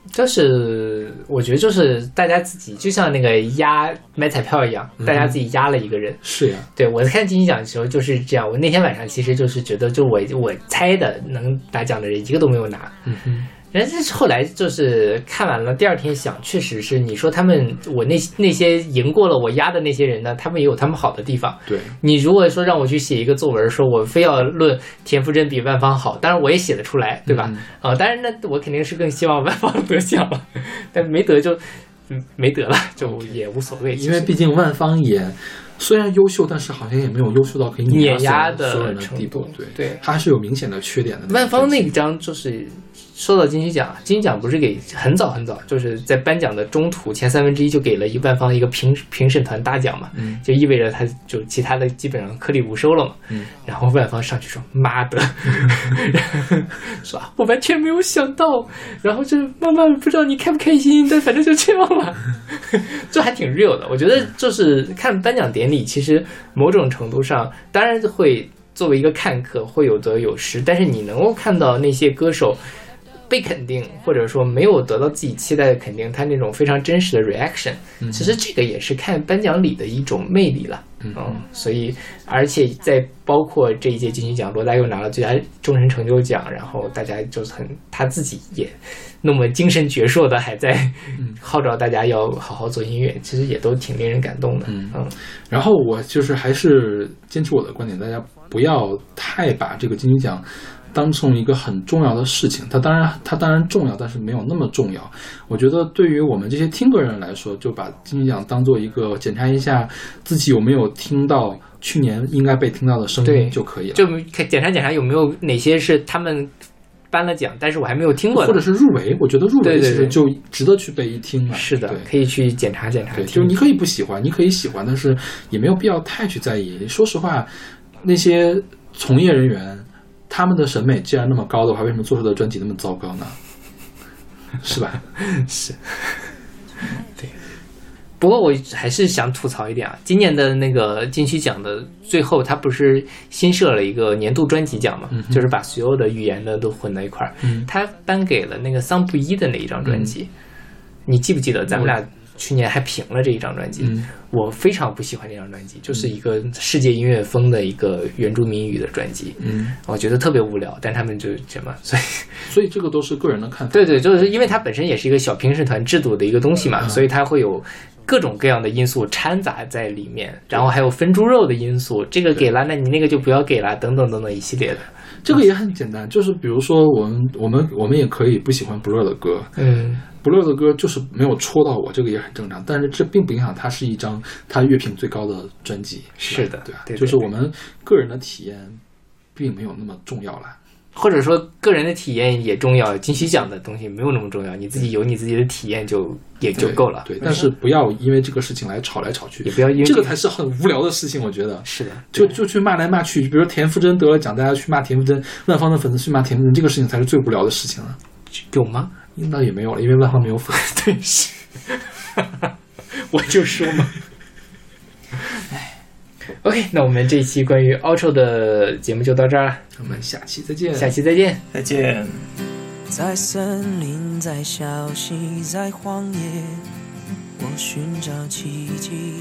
就是我觉得就是大家自己就像那个压买彩票一样，大家自己压了一个人。 是呀， 对，我在看金曲奖的时候就是这样，我那天晚上其实就是觉得，就我我猜的能拿奖的人一个都没有拿。 嗯哼。 然后后来就是看完了，第二天想，确实是你说他们，我那那些赢过了我压的那些人呢，他们也有他们好的地方。 对， 你如果说让我去写一个作文，说我非要论田馥甄比万芳好，当然我也写得出来，对吧？ 嗯、 呃，当然呢，我肯定是更希望万芳得奖了，但没得就嗯没得了，就也无所谓。 因为毕竟万芳也虽然优秀，但是好像也没有优秀到可以碾压的所有人的地步。对对， 他是有明显的缺点的。 万芳那张就是说到金曲奖，金曲奖不是给很早很早，就是在颁奖的中途前三分之一就给了一万芳一个评评审团大奖嘛， 嗯， 就意味着他就其他的基本上颗粒无收了嘛， 嗯， 然后万芳上去说妈的，说我完全没有想到，然后就慢慢不知道你开不开心，但反正就这样吧，这还挺 real 的。我觉得就是看颁奖典礼，其实某种程度上当然会作为一个看客会有得有失，但是你能够看到那些歌手被肯定，或者说没有得到自己期待的肯定，他那种非常真实的 reaction，、嗯、其实这个也是看颁奖礼的一种魅力了。 嗯， 嗯所以而且在包括这一届金曲奖，罗大佑拿了最佳终身成就奖，然后大家就是很他自己也那么精神矍铄的还在号召大家要好好做音乐，其实也都挺令人感动的。 嗯嗯， 然后我就是还是坚持我的观点，大家不要太把这个金曲奖当成一个很重要的事情，它当然它当然重要，但是没有那么重要。我觉得对于我们这些听歌人来说，就把金曲奖当做一个检查一下自己有没有听到去年应该被听到的声音就可以了， 就检查检查有没有哪些是他们颁了奖但是我还没有听过的， 或者是入围，我觉得入围其实就值得去被一听了。 是的，可以去检查检查。 对，就是你可以不喜欢，你可以喜欢，但是也没有必要太去在意。说实话，那些从业人员他们的审美既然那么高的话，为什么做出的专辑那么糟糕呢？是吧？ 是，对。不过我还是想吐槽一点啊，今年的那个金曲奖的最后，他不是新设了一个年度专辑奖嘛、嗯，就是把所有的语言的都混在一块儿、嗯。他颁给了那个桑布伊的那一张专辑、嗯，你记不记得咱们俩去年还评了这一张专辑、嗯？我非常不喜欢这张专辑，就是一个世界音乐风的一个原住民语的专辑，嗯，我觉得特别无聊，但他们就什么，所以所以这个都是个人的看法。 对对，就是因为它本身也是一个小评审团制度的一个东西嘛，嗯、所以它会有各种各样的因素掺杂在里面，然后还有分猪肉的因素，这个给了，那你那个就不要给了，等等等等一系列的。 这个也很简单，就是比如说我们我们我们也可以不喜欢 Blur 的歌， 嗯。 Blur 的歌就是没有戳到我，这个也很正常，但是这并不影响它是一张它乐评最高的专辑。 是的， 对啊， 对对对， 就是我们个人的体验并没有那么重要了。 或者说个人的体验也重要，金曲奖的东西没有那么重要，你自己有你自己的体验就也就够了。 对，对，但是不要因为这个事情来吵来吵去， 也不要因为、 这个才是很无聊的事情，我觉得。 是的， 就就去骂来骂去，比如田馥甄得了奖，大家去骂田馥甄，万芳的粉丝去骂田馥甄，这个事情才是最无聊的事情了。 有吗？ 那也没有了，因为万芳没有粉。 对，是，我就说嘛。哎 ，OK， 那我们这一期关于 outro 的节目就到这儿了， 我们下期再见。 下期再见， 再见。 在森林，在小溪，在荒野，我寻找奇迹。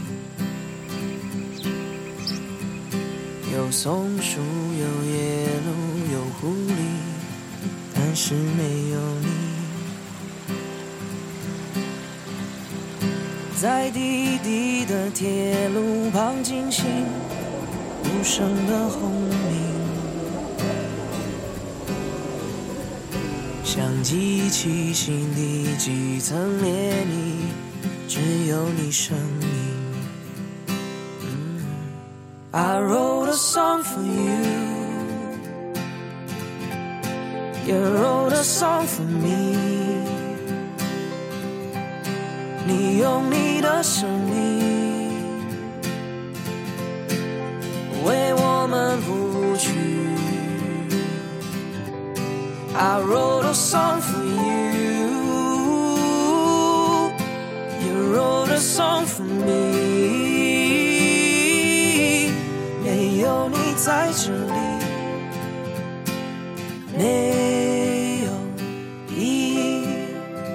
有松树，有野鹿，有狐狸，但是没有你。在低低的铁路旁进行无声的轰鸣，像机器心底几层涟漪，只有你声音。嗯 I wrote a song for you, you wrote a song for me。你用你的生命为我们谱曲。I wrote a song for you, you wrote a song for me。 没有你在这里，没有意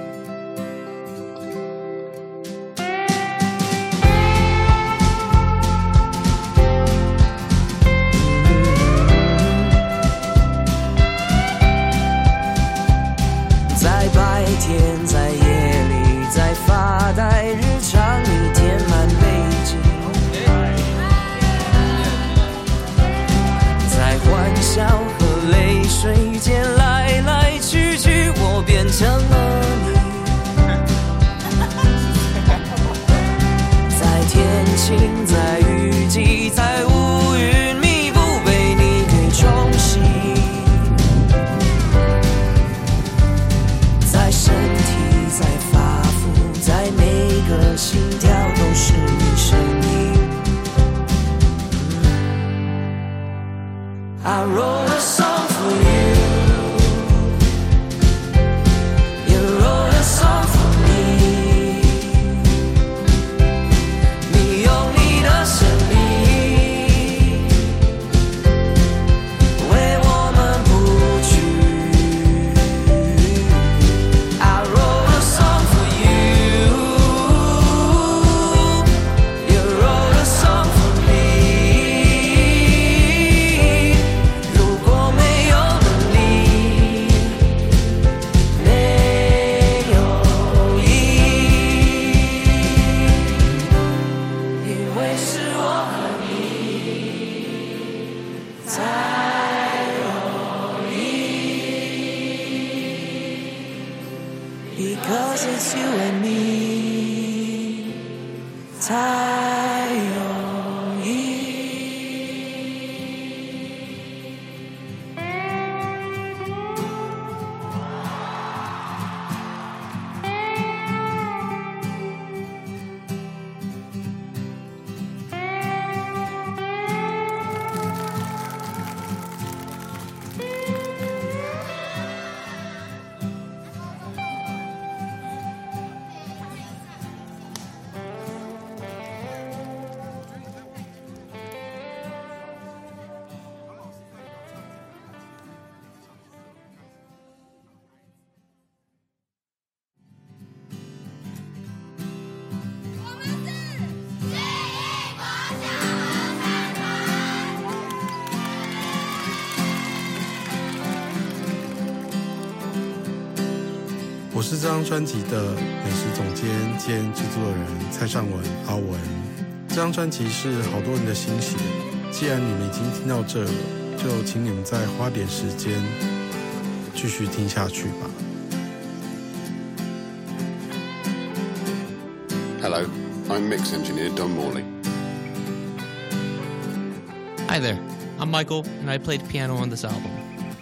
I wrote a song for you. You wrote a song for me. 你用你的生命为我们谱曲。I wrote a song for you. You wrote a song for me. 如果没有了你，没有意义，因为是我和你才有意义。Because it's you and me 才有意义。 我是这张专辑的美食总监兼制作人蔡尚文阿文。这张专辑是好多人的心血，既然你们已经听到这了，就请你们再花点时间继续听下去吧。 Hello, I'm mix engineer Don Morley. Hi there, I'm Michael, and I played piano on this album.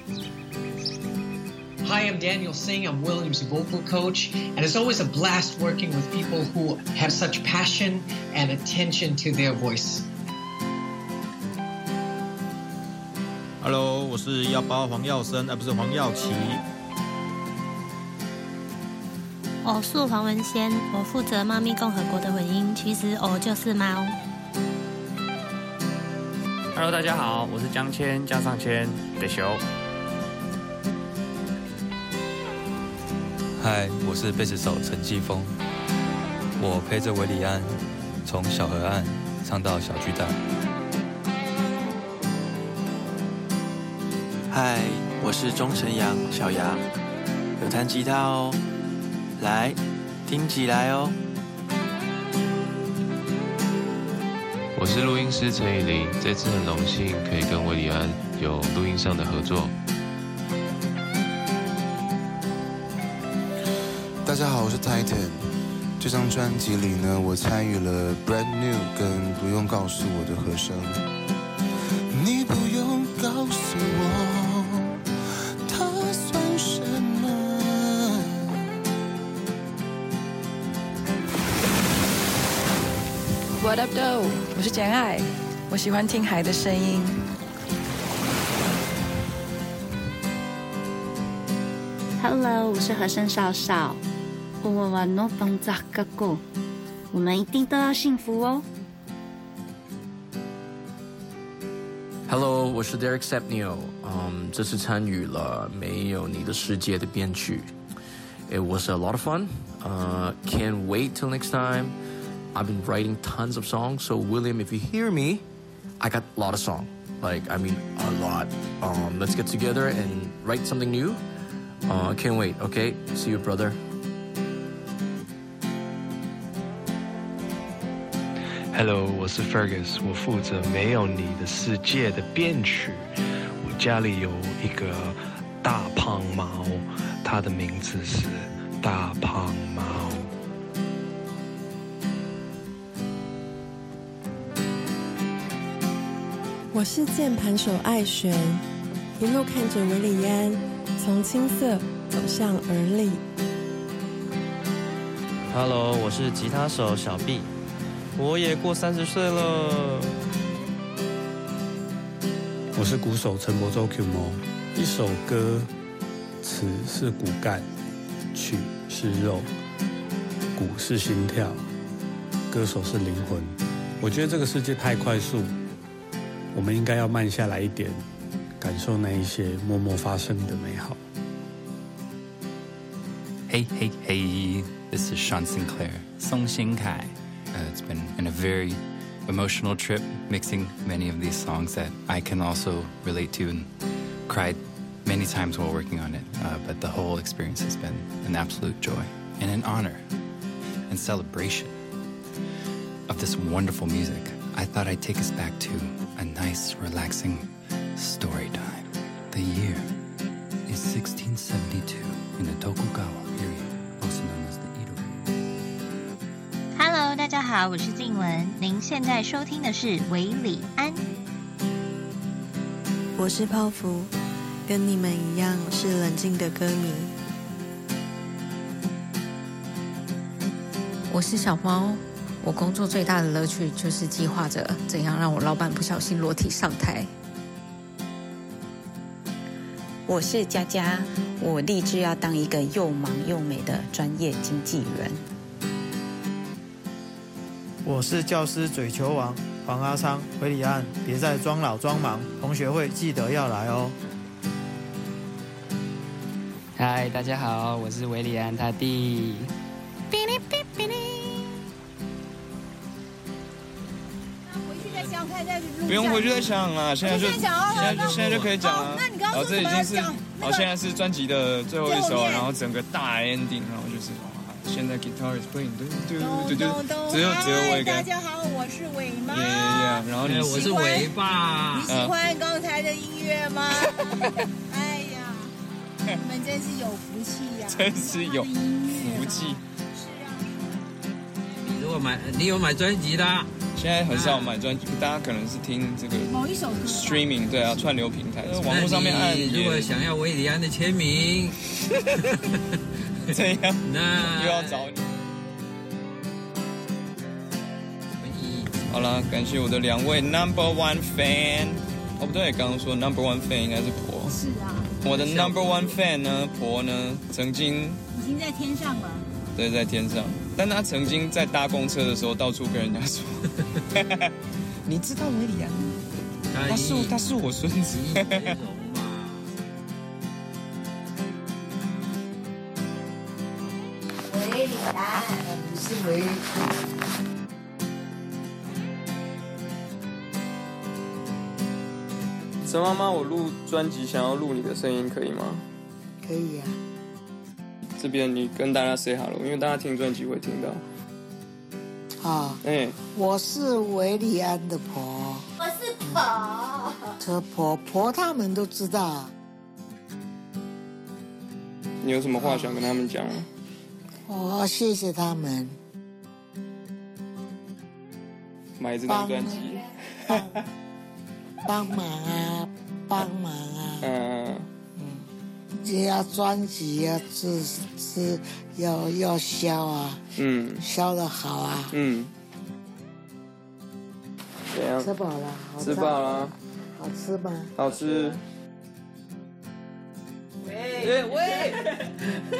Hi, I'm Daniel Singh. I'm William's vocal coach, and it's always a blast working with people who have such passion and attention to their voice. Hello， 我是药包黄耀生，而不是黄耀琪。 我是黄文仙，我负责猫咪共和国的混音，其实我就是猫。 Hello， 大家好，我是江谦加上谦的熊。 嗨，我是贝斯手陈继峰，我陪着韦礼安从小河岸唱到小巨蛋。 嗨，我是钟晨阳小杨，有弹吉他哦，来听起来哦。 我是录音师陈以琳，这次很荣幸可以跟韦礼安有录音上的合作。 大家好，我是 Titan。这张专辑里呢，我参与了 Brand New 跟不用告诉我的和声。你不用告诉我，它算什么 ？What up, though？ 我是简爱，我喜欢听海的声音。 Hello， 我是和声少少。我玩诺邦扎哥哥，我们一定都要幸福哦。 Hello， 我是 Derek Sapnio， 嗯，这次参与了《没有你的世界》的编曲。It was a lot of fun. Uh, can't wait till next time. I've been writing tons of songs, so William, if you hear me, I got a lot of songs. Like, I mean, a lot. Um, let's get together and write something new. Uh, can't wait. Okay, see you, brother. Hello， 我是 Fergus， 我负责《没有你的世界》的编曲。我家里有一个大胖猫，它的名字是大胖猫。 我是键盘手艾璇，一路看着韦礼安从青涩走向而立。 Hello， 我是吉他手小 B。我也过三十岁了。 我是鼓手陈柏洲 Q Mo。一首歌词是骨干，曲是肉，鼓是心跳，歌手是灵魂。我觉得这个世界太快速，我们应该要慢下来一点，感受那一些默默发生的美好。 Hey, hey, hey, this is Sean Sinclair, Song Xingkai. Uh, it's been, been a very emotional trip mixing many of these songs that I can also relate to and cried many times while working on it. Uh, but the whole experience has been an absolute joy and an honor and celebration of this wonderful music. I thought I'd take us back to a nice, relaxing story time. The year is sixteen seventy-two in the Tokugawa period, also known as the Edo. Hello， 大家好，我是静雯，您现在收听的是韦礼安。 我是泡芙，跟你们一样是冷静的歌迷。 我是小猫，我工作最大的乐趣就是计划着怎样让我老板不小心裸体上台。 我是佳佳，我立志要当一个又忙又美的专业经纪人。 我是教师嘴球王黄阿昌，韦礼安，别再装老装忙，同学会记得要来哦。 嗨，大家好，我是韦礼安他弟。 不用回去再想了，现在就现在就现在就可以讲了。然后这已经是，好，现在是专辑的最后一首，然后整个大 ending， 然后就是哇，现在 guitar is playing， 对对对对对，只有只有我一个。 大家好，我是韦妈。 耶耶，然后你我是韦爸。 你喜欢刚才的音乐吗？哎呀，你们真是有福气呀！ 真是有福气。 你如果买，你有买专辑的？ 现在很少买专辑，大家可能是听这个某一首歌 streaming， 对啊，串流平台，网络上面按。 如果想要韦礼安的签名， 这样那又要找你。好了，感谢我的两位 number one fan。哦，不对，刚刚说 number one fan 应该是婆。 是啊。 我的 number one fan 呢，婆呢，曾经已经在天上了。 对，在天上。但他曾经在搭公车的时候，到处跟人家说：“你知道韦礼安？他是他是我孙子。” 韦礼安， 你是韦。 陈妈妈，我录专辑想要录你的声音，可以吗？ 可以呀、啊。 这边你跟大家 say hello， 因为大家听专辑会听到。 啊，哎、欸，我是韦礼安的婆， 我是婆， 这婆婆他们都知道。 你有什么话想跟他们讲吗？ 我谢谢他们买这张专辑， 帮忙啊，帮忙啊， 嗯。 也要专辑要吃吃要要销啊，嗯，销得好啊， 嗯，怎样？ 吃饱了，好吃饱了， 好吃吗？ 好吃。 喂喂，